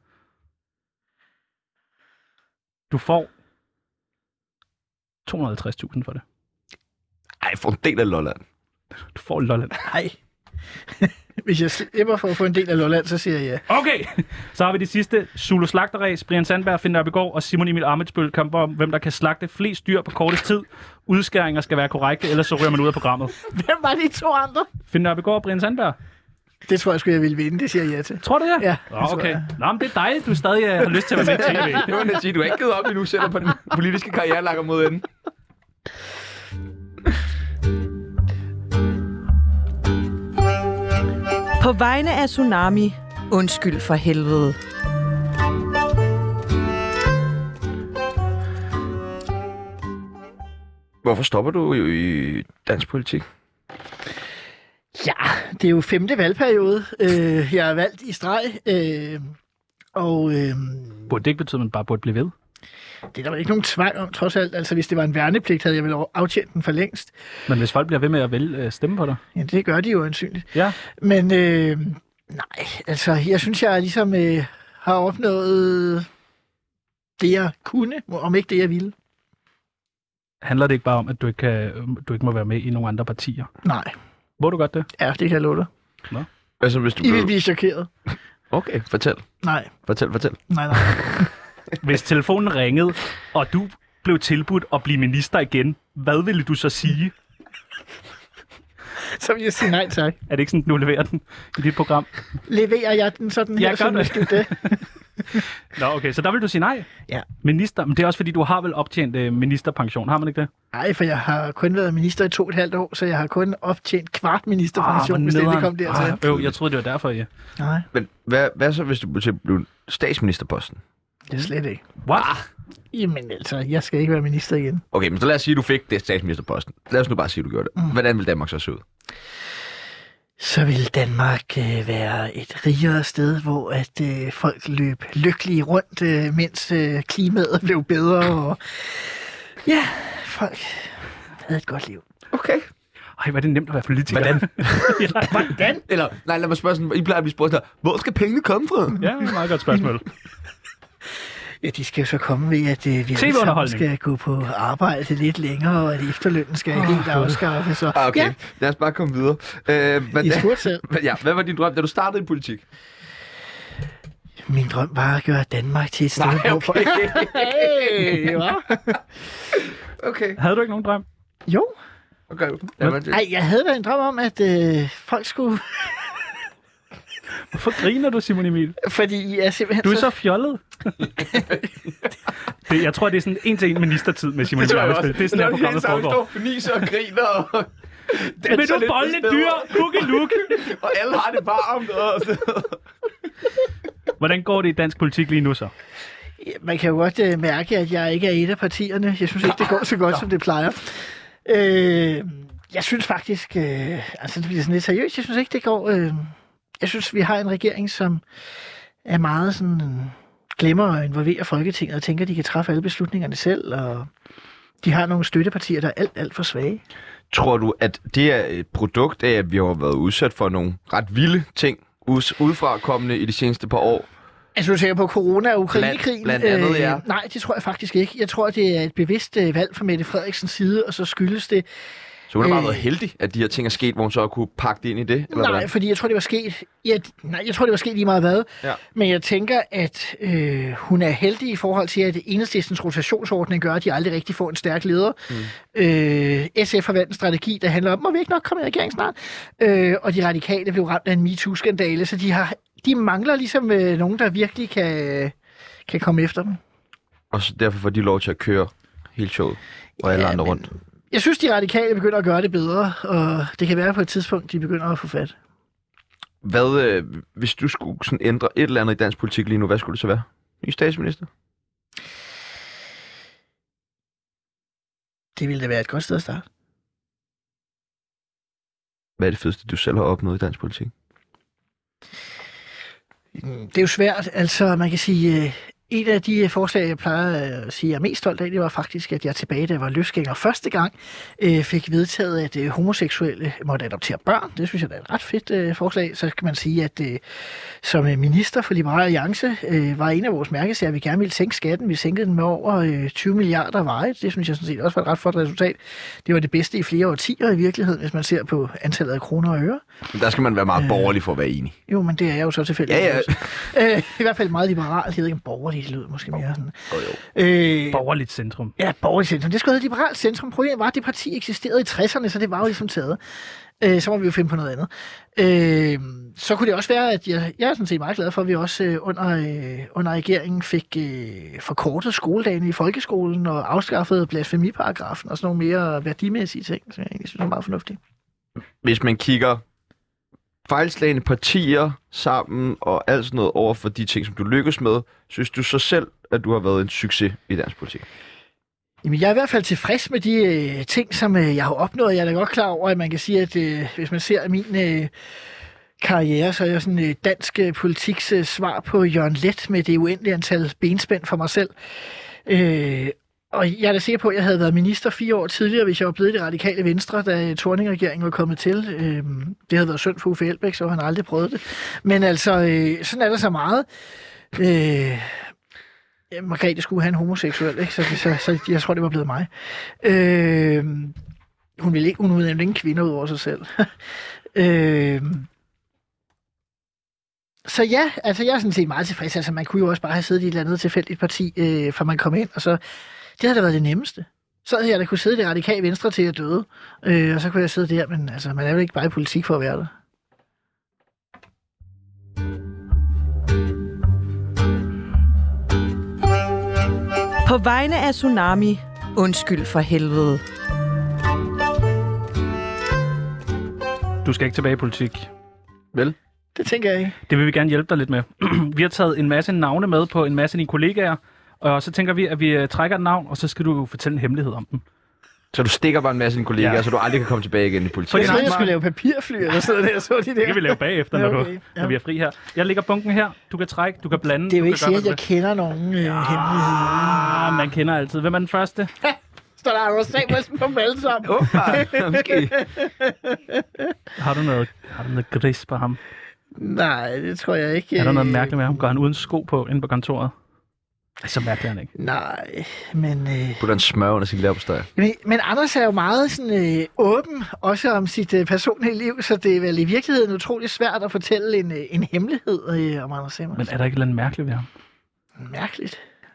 Du får 250.000 for det. Ej, for en del af Lolland. Du får Lolland. Nej. Hvis jeg slipper for at få en del af Lolland, så siger jeg ja. Okay, så har vi de sidste. Zulu Slagterræs, Brian Sandberg, Finn Nørbegaard og Simon Emil Amitsbøl kamper om, hvem der kan slagte flest dyr på kortest tid. Udskæringer skal være korrekte, ellers så ryger man ud af programmet. Hvem var de 2 andre? Finn Nørbegaard og Brian Sandberg. Det tror jeg sgu, jeg ville vinde. Det siger jeg ja til. Tror du det? Ja. Okay. Nå, men det er dejligt, du stadig har lyst til at være med i tv. Det var at sige, du har ikke givet op endnu, selvom på den politiske karriere lakker mod enden. På vegne af Tsunami, undskyld for helvede. Hvorfor stopper du i dansk politik? Ja, det er jo 5. valgperiode. Jeg er valgt i streg. Burde det ikke betyde, at man bare burde blive ved? Det er der vel ikke nogen tvang om, trods alt. Altså, hvis det var en værnepligt, havde jeg vel aftjent den for længst. Men hvis folk bliver ved med at stemme på dig? Ja, det gør de jo ansynligt. Ja. Men nej, altså, jeg synes, jeg ligesom har opnået det, jeg kunne, om ikke det, jeg ville. Handler det ikke bare om, at du ikke må være med i nogle andre partier? Nej. Må du godt det? Ja, det kan jeg love dig. Nå. Altså, hvis du I vil blive chokeret. Okay, fortæl. Nej. Fortæl. Nej. Hvis telefonen ringede, og du blev tilbudt at blive minister igen, hvad ville du så sige? Så vil jeg sige nej tak. Er det ikke sådan, du leverer den i dit program? Leverer jeg den sådan her, så måske det? Nå, okay, så der vil du sige nej? Ja. Minister, men det er også fordi, du har vel optjent ministerpension, har man ikke det? Nej, for jeg har kun været minister i 2,5 år, så jeg har kun optjent kvart ministerpension, hvis det kom dertil. Jeg troede, det var derfor, ja. Nej. Men hvad så, hvis du blev statsministerposten? Det er slet ikke. What? Jamen altså, jeg skal ikke være minister igen. Okay, men så lad os sige, at du fik det statsministerposten. Lad os nu bare sige, at du gjorde det. Hvordan vil Danmark så se ud? Så vil Danmark være et rigere sted, hvor at folk løb lykkelige rundt, mens klimaet blev bedre. Og ja, folk havde et godt liv. Okay. Ej, hvor er det nemt at være politiker. Hvordan? Hvordan? Eller, nej, lad mig spørge sådan, I plejer at blive spurgt der, hvor skal pengene komme fra? Ja, det er et meget godt spørgsmål. Ja, de skal jo så komme ved, at vi alle skal gå på arbejde lidt længere, og at efterlønnen skal helt afskaffes. Så. Okay, ja. Lad os bare komme videre. Hvad var din drøm, da du startede i politik? Min drøm var at gøre Danmark til et sted, hvor hey, okay. Havde du ikke nogen drøm? Jo. Okay. Nej, jeg havde da en drøm om, at folk skulle... Hvorfor griner du, Simon Emil? Fordi jeg simpelthen... Du er så fjollet. Jeg tror, det er sådan en-til-en ministertid med Simon Emil. Det er sådan, her programmet foregår. Det er fniser og griner og... Men du bolle dyr, kukke-luk. Og alle har det varmt. Hvordan går det i dansk politik lige nu så? Ja, man kan jo godt mærke, at jeg ikke er et af partierne. Jeg synes ikke, det går så godt, som det plejer. Jeg synes faktisk... altså, det bliver sådan lidt seriøst. Jeg synes ikke, det går... jeg synes, vi har en regering, som er meget sådan... glemmer at involvere Folketinget og tænker, at de kan træffe alle beslutningerne selv. Og de har nogle støttepartier, der er alt for svage. Tror du, at det er et produkt af, at vi har været udsat for nogle ret vilde ting udefra kommende i de seneste par år? Altså, du tænker på corona og Ukrainekrigen? Blandt andet, ja. Nej, det tror jeg faktisk ikke. Jeg tror, det er et bevidst valg fra Mette Frederiksens side, og så skyldes det... Så hun har bare været heldig, at de her ting er sket, hvor hun så kunne pakke det ind i det? Eller nej, fordi jeg tror, det var sket... jeg tror, det var sket lige meget hvad. Ja. Men jeg tænker, at hun er heldig i forhold til, at Enhedslistens rotationsordning gør, at de aldrig rigtig får en stærk leder. SF har valgt en strategi, der handler om, må vi ikke nok komme i regering snart? Og de radikale blev ramt af en MeToo-skandale, så de mangler ligesom nogen, der virkelig kan komme efter dem. Og så derfor får de lov til at køre hele showet og alle andre rundt? Jeg synes, de radikale begynder at gøre det bedre, og det kan være på et tidspunkt, de begynder at få fat. Hvis du skulle sådan ændre et eller andet i dansk politik lige nu, hvad skulle det så være? Ny statsminister? Det ville da være et godt sted at starte. Hvad er det fedeste, du selv har opnået i dansk politik? Det er jo svært. Altså, man kan sige... En af de forslag, jeg plejer at sige, jeg er mest stolt af, det var faktisk, at jeg tilbage, da jeg var løsgænger første gang, fik vedtaget, at homoseksuelle måtte adoptere børn. Det synes jeg er et ret fedt forslag. Så kan man sige, at som minister for Liberal Alliance var en af vores mærkesager, at vi gerne ville sænke skatten. Vi sænkede den med over 20 milliarder varigt. Det synes jeg sådan set også var et ret flot resultat. Det var det bedste i flere årtier i virkeligheden, hvis man ser på antallet af kroner og øre. Der skal man være meget borgerlig for at være enig. Jo, men det er jeg jo så tilfældigvis. Ja. I hvert fald meget liberal. Jeg ved ikke, om borgerlig det lyder måske mere sådan. Borgerligt centrum. Ja, borgerligt centrum. Det skulle hedde liberalt centrum. Problemet var, at det parti eksisterede i 60'erne, så det var jo ligesom taget. Så må vi jo finde på noget andet. Så kunne det også være, at jeg er sådan set meget glad for, at vi også under regeringen fik forkortet skoledagen i folkeskolen og afskaffet blasfemiparagrafen og sådan nogle mere værdimæssige ting, som jeg egentlig synes er meget fornuftigt. Hvis man kigger fejlslagende partier sammen og alt sådan noget over for de ting, som du lykkes med, synes du så selv, at du har været en succes i dansk politik? Jamen, jeg er i hvert fald tilfreds med de ting, som jeg har opnået. Jeg er da godt klar over, at man kan sige, at hvis man ser min karriere, så er jeg sådan dansk politiks svar på Jørgen Leth med det uendelige antal benspænd for mig selv. Og jeg er da sikker på, at jeg havde været minister 4 år tidligere, hvis jeg var blevet i det radikale Venstre, da Thorning-regeringen var kommet til. Det havde været synd for Uffe Elbæk, så han aldrig prøvet det. Men altså, sådan er der så meget. Margrethe skulle have en homoseksuel, ikke? Så jeg tror, det var blevet mig. Hun ville nemlig ingen kvinder ud over sig selv. Så ja, altså jeg er sådan set meget tilfreds. Altså man kunne jo også bare have siddet i et eller andet tilfældigt parti, for man kom ind, og så... Det havde da været det nemmeste. Så havde jeg da kunne sidde i det radikale venstre til at døde. Og så kunne jeg sidde der, men altså, man er vel ikke bare i politik for at være der. På vegne af Tsunami, undskyld for helvede. Du skal ikke tilbage i politik. Vel? Det tænker jeg ikke. Det vil vi gerne hjælpe dig lidt med. Vi har taget en masse navne med på en masse af dine kollegaer, og så tænker vi, at vi trækker et navn, og så skal du fortælle en hemmelighed om den. Så du stikker bare en masse af dine kollegaer, så du aldrig kan komme tilbage igen i politik? Jeg troede, jeg skulle lave papirfly, eller sådan der, så de der. Det kan vi lave bagefter, når vi er fri her. Jeg lægger bunken her. Du kan trække, du kan blande. Det er jo ikke sikkert, at jeg kender nogen hemmeligheder. Man kender altid. Hvem er den første? Står der Anders Samuelsen på alle sammen? Måske. Har du noget gris på ham? Nej, det tror jeg ikke. Er der noget mærkeligt med ham? Går han uden sko på inde på kontoret? Så mærkeligt han ikke. Nej, men... Putter en smør under sin leverpostej. Men Anders er jo meget sådan, åben, også om sit personlige liv, så det er vel i virkeligheden utroligt svært at fortælle en hemmelighed om Anders Samuelsen. Men er der ikke noget mærkeligt ved ham? Mærkeligt?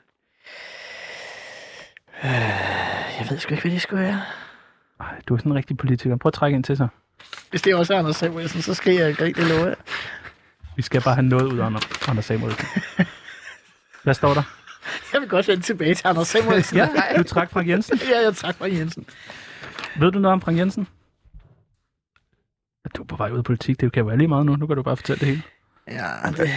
Jeg ved sgu ikke, hvad det skulle være. Ej, du er sådan en rigtig politiker. Prøv at trække ind til sig. Hvis det også er Anders Samuelsen, så skal jeg ikke det love. Vi skal bare have noget ud af Anders Samuelsen. Hvad står der? Jeg vil godt vende tilbage til Anders Samuelsen. Ja, du trak Frank Jensen. Ja, jeg trak Frank Jensen. Ved du noget om Frank Jensen? Du er på vej ud af politik. Det kan jo være lige meget nu. Nu kan du bare fortælle det hele. Ja,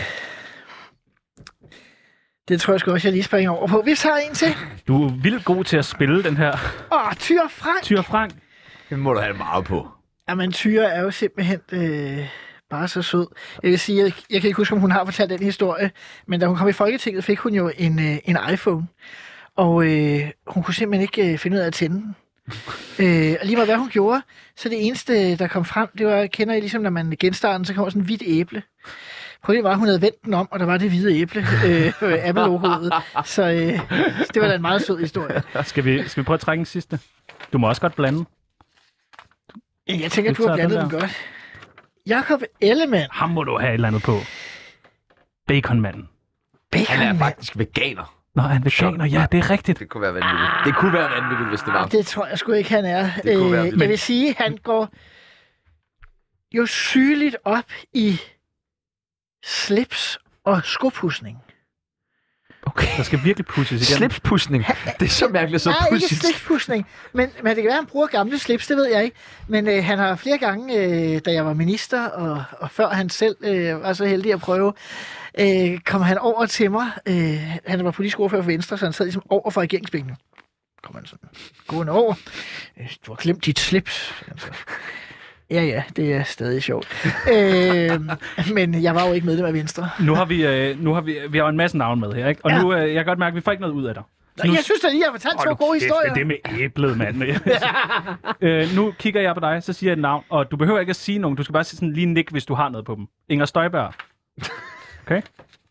det tror jeg sgu også, jeg lige springer over på. Vi tager en til. Du er vildt god til at spille den her. Tyre Frank. Tyre Frank. Det må du have meget på. Jamen, Tyre er jo simpelthen bare så sød. Jeg vil sige, jeg kan ikke huske, om hun har fortalt den historie, men da hun kom i Folketinget, fik hun jo en iPhone. Og hun kunne simpelthen ikke finde ud af at tænde den. Og lige meget hvad hun gjorde, så det eneste, der kom frem, det var, kender I ligesom, når man genstarten, så kommer sådan en hvidt æble. Problemet var, at hun havde vendt den om, og der var det hvide æble, Apple-logoet. Så det var da en meget sød historie. Skal vi prøve at trække en sidste? Du må også godt blande. Jeg tænker, du har blandet den godt. Jakob Ellemann. Ham må du have et eller andet på. Baconmanden. Han er faktisk veganer. Nå, han er veganer. Ja, det er rigtigt. Det kunne være vanvittigt. Det kunne være vanvittigt, hvis det var. Det tror jeg sgu ikke, han er. Jeg vil sige, han går jo sygeligt op i slips og skopudsning. Okay. Der skal virkelig pusses igen. Slipspudsning. Det er så mærkeligt, så pudsigt. Nej, ikke slipspudsning. Men det kan være, han bruger gamle slips, det ved jeg ikke. Men han har flere gange, da jeg var minister, og før han selv var så heldig at prøve, kom han over til mig. Han var politisk ordfører for Venstre, så han sad ligesom over for regeringsbænkene. Kom han sådan gående over. Du har glemt dit slips. Altså. Ja, det er stadig sjovt. Men jeg var jo ikke medlem af Venstre. Nu har vi har en masse navn med her, ikke? Og nu, jeg kan godt mærke, at vi får ikke noget ud af dig. Nu, jeg synes da lige, jeg har fortalt 2 gode historier. Det med æblet, mand. Nu kigger jeg på dig, så siger jeg et navn, og du behøver ikke at sige nogen. Du skal bare sige sådan lige nik, hvis du har noget på dem. Inger Støjberg. Okay?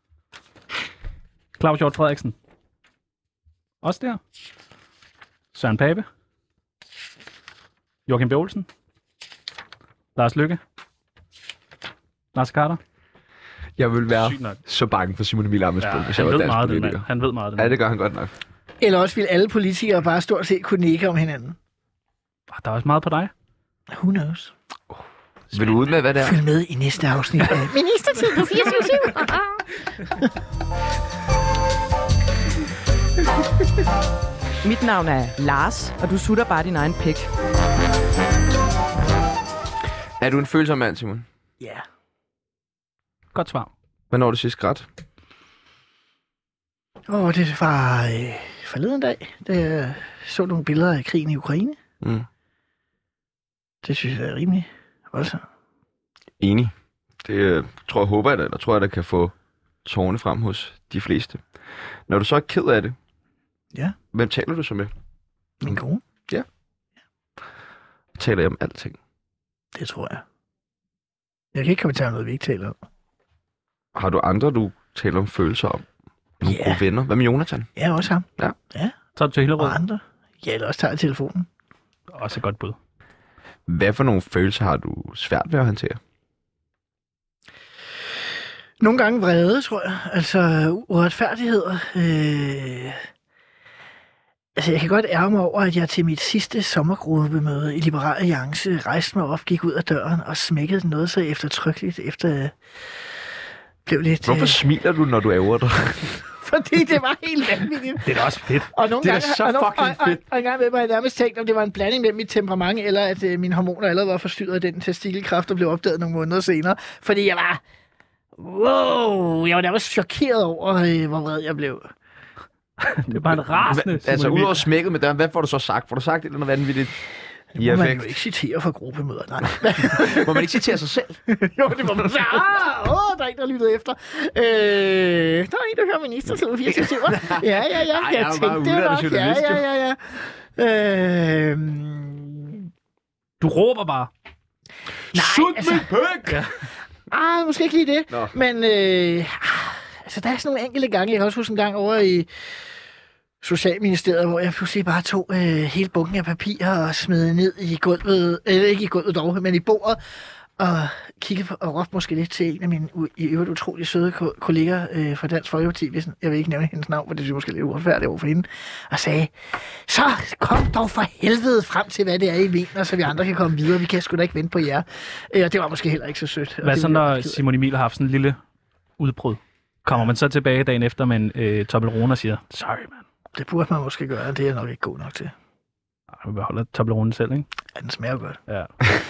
Claus Hjort Frederiksen. Også der. Søren Pape. Joachim B. Olsen. Lars Løkke. Lars Khader. Jeg vil være så bange for Simon Emil Ammitzbøll, hvis jeg var dansk politiker. Han ved meget. Ja, det gør han godt nok. Eller også vil alle politikere bare stort set kunne nikke om hinanden. Der er også meget på dig. Who knows? Vil du ud med, hvad det er? Følg med i næste afsnit af Ministertid på 24/7. Mit navn er Lars, og du sutter bare din egen pik. Er du en følsom mand, Simon? Ja. Godt svar. Hvornår er det sidst grædt? Det var forleden dag, da jeg så nogle billeder af krigen i Ukraine. Mm. Det synes jeg er rimelig voldsomt. Enig. Det håber jeg, der kan få tårerne frem hos de fleste. Når du så er ked af det, hvem taler du så med? Min kone. Ja. Taler jeg om alting? Det tror jeg. Jeg kan ikke kommentere om noget, vi ikke taler om. Har du andre, du taler om følelser om? Nogle gode venner? Hvad med Jonathan? Ja, også ham. Ja. Tager du til Hillerød? Og andre. Ja, eller også tager jeg telefonen. Også et godt bud. Hvad for nogle følelser har du svært ved at håndtere? Nogle gange vrede, tror jeg. Altså uretfærdigheder. Altså, jeg kan godt ærge mig over, at jeg til mit sidste sommergruppemøde i Liberal Alliance rejste mig op, gik ud af døren og smækkede den noget så eftertrykkeligt, efter blev lidt... Hvorfor smiler du, når du ærger dig? Fordi det var helt vanvittigt. Det er da også fedt. Og nogle det er gange, så fucking fedt. Og en gang med mig, jeg nærmest tænkt, om det var en blanding mellem mit temperament, eller at mine hormoner allerede var forstyrret af den testikelkræft, der blev opdaget nogle måneder senere. Fordi jeg var... Wow! Jeg var nærmest chokeret over, hvor vred jeg blev. Det er bare en rasende... Altså, udover smækket med døren, hvad får du så sagt? Får du sagt et eller andet vanvittigt? Det må man jo ikke citere fra gruppemøder, nej. Må man ikke citere sig selv? Jo, det må man sige. Der er en, der lyttede efter. Der er en, der hører ministertid 24 timer. Ja. Jeg tænkte det nok. Ja. Du råber bare. Nej, mit pæk! Ja. Måske ikke lige det. Nå. Men altså, der er sådan nogle enkelte gange. Jeg kan også huske en gang over i Socialministeriet, hvor jeg pludselig bare tog hele bunken af papirer og smed ned i gulvet, ikke i gulvet dog, men i bordet, og kiggede på, og råbte måske lidt til en af mine i øvrigt utrolig søde kolleger fra Dansk Folkeparti, hvis jeg vil ikke nævne hendes navn, for det synes jeg måske lidt uretfærdigt over for hende, og sagde, så kom dog for helvede frem til, hvad det er, I mener, så vi andre kan komme videre. Vi kan sgu da ikke vente på jer. Og det var måske heller ikke så sødt. Hvad så, når Simon Emil har haft sådan en lille udbrud? Kommer man så tilbage dagen efter med en Toblerone og siger, sorry, man. Det burde man måske gøre, det er jeg nok ikke god nok til. Vi beholder Toblerone selv, ikke? Ja, den smager godt. Ja.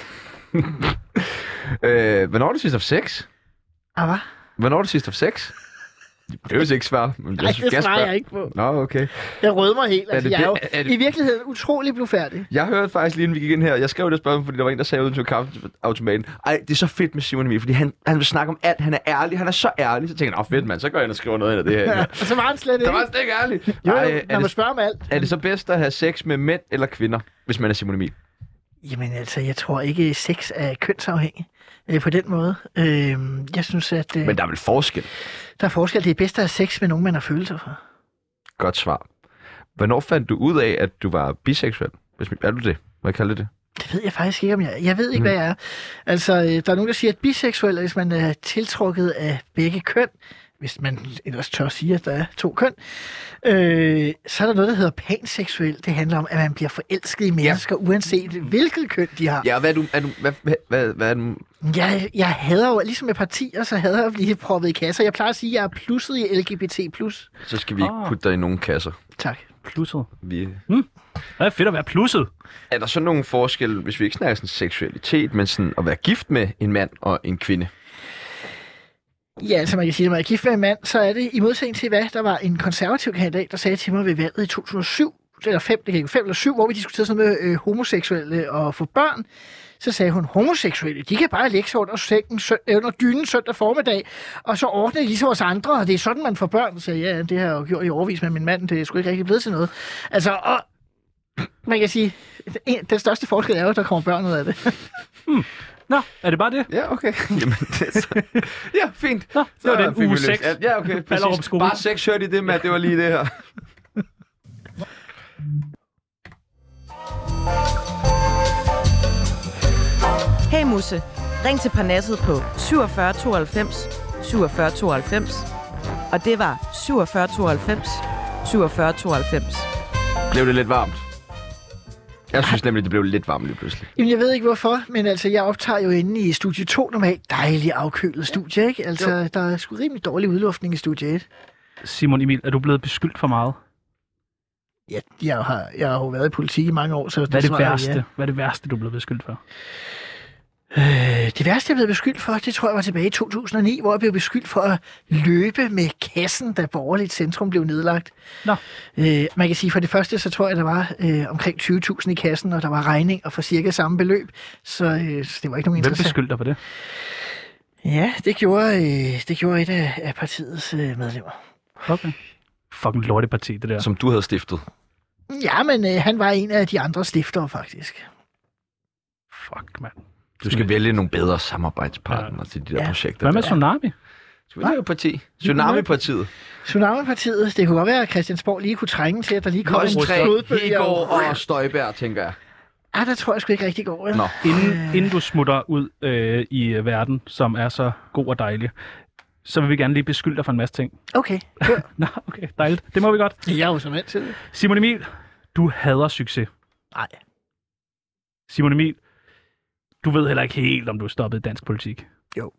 Hvornår har du sidst haft sex? Hvad? Hvornår har du sidst haft sex? Det behøver ikke svare. Nej, det svarer jeg ikke på. Nå, okay. Jeg rødmer helt. Altså, jeg er jo i virkeligheden utrolig blufærdig. Jeg hørte faktisk lige, inden vi gik ind her, jeg skrev det spørgsmål, fordi der var en, der sagde uden til kaffeautomaten, ej, det er så fedt med Simon Emil, fordi han vil snakke om alt, han er ærlig, han er så ærlig. Så tænker jeg, fedt mand, så går jeg ind og skriver noget ind af det her. Ja, og så var han slet ikke. Der var slet ikke ærlig. Jo, når man spørger om alt. Er det så bedst at have sex med mænd eller kvinder, hvis man er Simon Emil? Jamen altså, jeg tror ikke, sex er kønsafhængig på den måde. Jeg synes, at... Men der er vel forskel? Der er forskel. Det er bedst at have sex med nogen, man har følelser for. Godt svar. Hvornår fandt du ud af, at du var biseksuel? Er du det? Hvad kalder det? Det ved jeg faktisk ikke, om jeg... Jeg ved ikke, hvad jeg er. Altså, der er nogen, der siger, at biseksuel er, hvis man er tiltrukket af begge køn, hvis man ellers tør sige, at der er to køn, så er der noget, der hedder panseksuel. Det handler om, at man bliver forelsket i mennesker, uanset hvilket køn de har. Ja, hvad er du? Jeg hader jo, ligesom med partier, så hader jeg at blive proppet i kasser. Jeg plejer at sige, at jeg er plusset i LGBT+. Så skal vi ikke putte dig i nogle kasser. Tak. Plusset. Det er fedt at være plusset. Er der så nogle forskelle, hvis vi ikke snakker sådan seksualitet, men sådan at være gift med en mand og en kvinde? Ja, altså man kan sige, at når man er gift med en mand, så er det i modsætning til, hvad der var en konservativ kandidat, der sagde til mig ved valget i 2007, eller 5, det kan ikke 5 eller 7, hvor vi diskuterede sådan med homoseksuelle og få børn. Så sagde hun, homoseksuelle, de kan bare lægge sig under dynen søndag formiddag, og så ordne det ligesom os andre, og det er sådan, man får børn. Så sagde ja, det har jeg jo gjort i overvis med min mand, det er sgu ikke rigtig blevet til noget. Altså, og man kan sige, den største forskel er jo, at der kommer børn ud af det. Nå, er det bare det? Ja, okay. Jamen, det er så... Ja, fint. Nå, det var den uge 6. Ja, okay, præcis. Bare 6 hørte I det med, at det var lige det her. Hey Musse, ring til Parnasset på 47 92 47 92. Og det var 47 92 47 92. Blev det lidt varmt? Jeg synes nemlig, det blev lidt varmt lige pludselig. Jamen, jeg ved ikke hvorfor, men altså, jeg optager jo inde i Studie 2 normalt. Dejligt afkølet studie, ikke? Altså, jo. Der er sgu rimelig dårlig udluftning i Studie 1. Simon Emil, er du blevet beskyldt for meget? Ja, jeg har jo været i politik i mange år, så... Hvad er det værste? Ja. Hvad er det værste, du er blevet beskyldt for? Det værste, jeg blev beskyldt for, det tror jeg var tilbage i 2009, hvor jeg blev beskyldt for at løbe med kassen, da Borgerligt Centrum blev nedlagt. Nå. Man kan sige, for det første, så tror jeg, der var omkring 20.000 i kassen, og der var regninger for cirka samme beløb, så det var ikke nogen interessant. Hvem beskyldte dig for det? Ja, det gjorde et af partiets medlemmer. Okay. Fucking lorteparti, det der. Som du havde stiftet? Ja, men han var en af de andre stiftere, faktisk. Fuck, mand. Du skal vælge nogle bedre samarbejdspartnere til de der projekter. Hvad med Tsunami? Tsunami-partiet. Tsunami-partiet. Det kunne godt være, at Christiansborg lige kunne trænge til, at der lige kom en flodbølge. Hegård og Støjberg, tænker jeg. Ja, der tror jeg sgu ikke rigtig går. Nå. Inden du smutter ud i verden, som er så god og dejlig, så vil vi gerne lige beskylde dig for en masse ting. Okay, Nå, okay, dejligt. Det må vi godt. Jeg er jo så vant til det. Simon Emil, du hader succes. Nej. Simon Emil, du ved heller ikke helt, om du er stoppet i dansk politik. Jo.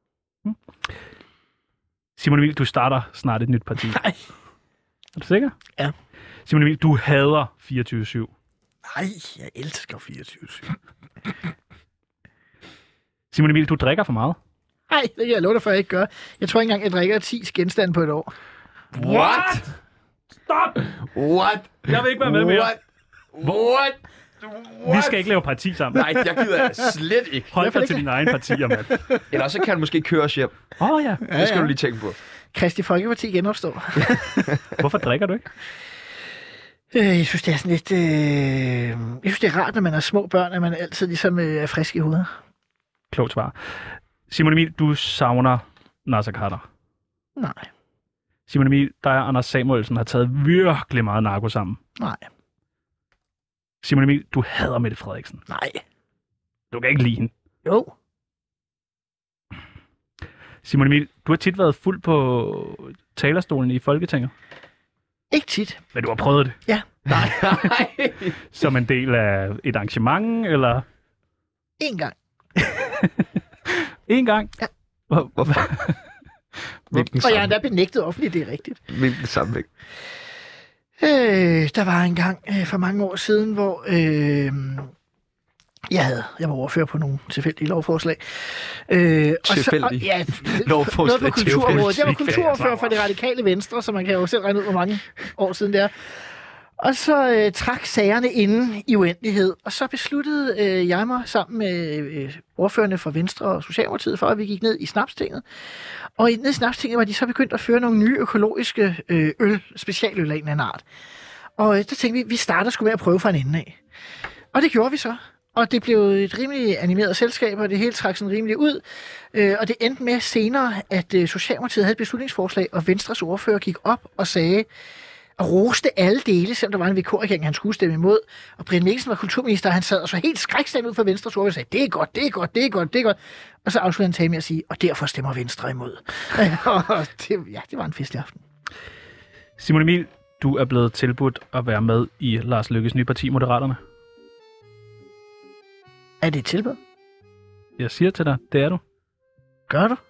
Simon Emil, du starter snart et nyt parti. Nej. Er du sikker? Ja. Simon Emil, du hader 24/7. Nej, jeg elsker 24/7. Simon Emil, du drikker for meget. Nej, det kan jeg love dig for, at jeg ikke gør. Jeg tror ikke engang, jeg drikker 10 genstande på et år. What? Stop! What? Jeg vil ikke være med mere. What? Vi skal ikke lave parti sammen. Nej, jeg gider slet ikke. Hold dig til dine egne partier, mand. Eller så kan du måske køre os hjem. Ja. Det skal du lige tænke på. Kristi Folkeparti genopstår. Hvorfor drikker du ikke? Jeg synes, det er sådan lidt... Jeg synes, det er rart, når man er små børn, at man altid ligesom er frisk i hovedet. Klogt svar. Simon Emil, du savner Naser Khader. Nej. Simon Emil, dig og Anders Samuelsen har taget virkelig meget narko sammen. Nej. Simon Emil, du hader Mette Frederiksen. Nej. Du kan ikke lide hende. Jo. Simon Emil, du har tit været fuld på talerstolen i Folketinget. Ikke tit. Men du har prøvet det? Ja. Nej. Som en del af et arrangement, eller? En gang. En gang? Ja. Hvorfor? Og jeg har endda benægtet offentligt, det er rigtigt. Hvilken sammenhæng? Der var en gang for mange år siden, hvor jeg var ordfører på nogle tilfældige lovforslag. Tilfældige? Ja, lovforslag. Noget på kulturområdet. Jeg var kulturordfører for Det Radikale Venstre, så man kan jo selv regne ud, hvor mange år siden det er. Og så trak sagerne inden i uendelighed, og så besluttede jeg mig sammen med ordførerne fra Venstre og Socialdemokratiet for, at vi gik ned i Snapstinget. Og ned i Snapstinget var de så begyndt at føre nogle nye økologiske specialøl af en anden art. Og der tænkte vi starter sgu med at prøve fra en ende af. Og det gjorde vi så. Og det blev et rimelig animeret selskab, og det hele trak sådan rimelig ud. Og det endte med senere, at Socialdemokratiet havde et beslutningsforslag, og Venstres ordfører gik op og sagde, og roste alle dele, selvom der var en VK-regering, han skulle stemme imod. Og Brian Mikkelsen var kulturminister, og han sad og så helt skrækstemt ud for Venstres ordfører og sagde, det er godt, det er godt, det er godt, det er godt. Og så afsluttede han tale med at sige, og derfor stemmer Venstre imod. Og det var en festlig aften. Simon Emil, du er blevet tilbudt at være med i Lars Løkkes nye parti, Moderaterne. Er det et tilbud? Jeg siger til dig, det er du. Gør du?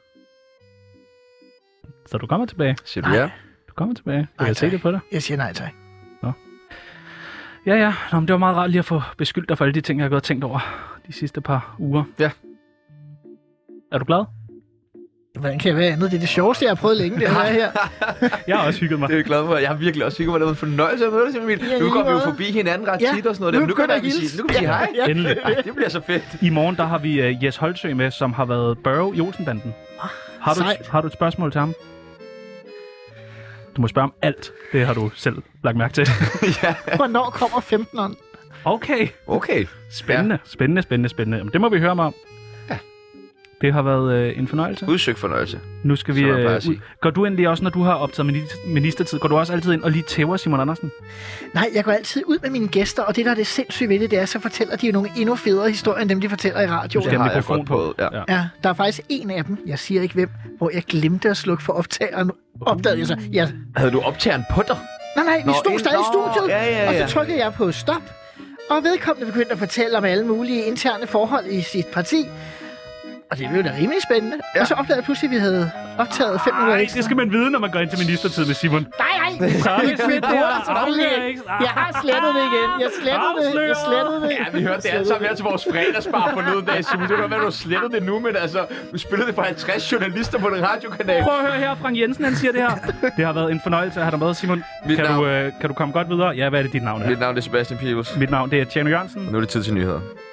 Så du kommer tilbage? Siger du ja? Du kommer tilbage. Jeg kan se det på dig. Jeg siger nej tak. Nå. Ja. Nå, men det var meget rart lige at få beskyldt dig for alle de ting, jeg har gået og tænkt over de sidste par uger. Ja. Er du glad? Hvordan kan jeg være andet? Det er det sjoveste, jeg har prøvet længe, det her. Jeg har også hygget mig. Det er jeg glad for. Jeg har virkelig også hygget mig. Det var en fornøjelse at møde dig, Simon Emil. Nu går vi jo forbi hinanden ret tit og sådan noget. Nu kan vi sige hej. Endelig. Ej, det bliver så fedt. I morgen, der har vi Jes Holtsø med, som har været Børge i Olsenbanden. Har du et spørgsmål til ham? Du må spørge om alt. Det har du selv lagt mærke til. Ja. Hvornår kommer 15'eren? Okay. Spændende. Jamen, det må vi høre mig om. Ja. Det har været en fornøjelse. Udsøgt fornøjelse. Nu skal vi går du endelig også, når du har optaget ministertid, går du også altid ind og lige tæver Simon Andersen? Nej, jeg går altid ud med mine gæster, og det, der er det sindssyge ved det er, så fortæller de jo nogle endnu federe historier, end dem, de fortæller i radioen. Det har jeg godt på. Ja, der er faktisk en af dem, jeg siger ikke hvem, hvor jeg glemte at slukke for optageren. Opdagede jeg så. Ja. Havde du optageren på dig? Nej, vi stod stadig i studiet, ja. og så trykkede jeg på stop, og vedkommende begyndte at fortælle om alle mulige interne forhold i sit parti. Og det blev da rimelig spændende. Ja. Og så opdagede jeg pludselig, at vi havde optaget 5 minutter ekstra. Det skal man vide, når man går ind til ministertid med Simon. Nej. Så er det fedt. Jeg har slettet det igen. Jeg slettede det. Ja, vi hørte det alle sammen her til vores fredagsbar forleden dag, Simon. Det var hvad, du slettede det nu, men altså, du spillede det for 50 journalister på den radiokanal. Prøv at høre her, Frank Jensen, han siger det her. Det har været en fornøjelse at have dig med, Simon. Kan du komme godt videre? Ja, hvad er det dit navn er? Mit navn er Sebastian Pibels. Mit navn det er Tjerno Jørgensen. Nu er det tid til nyheder.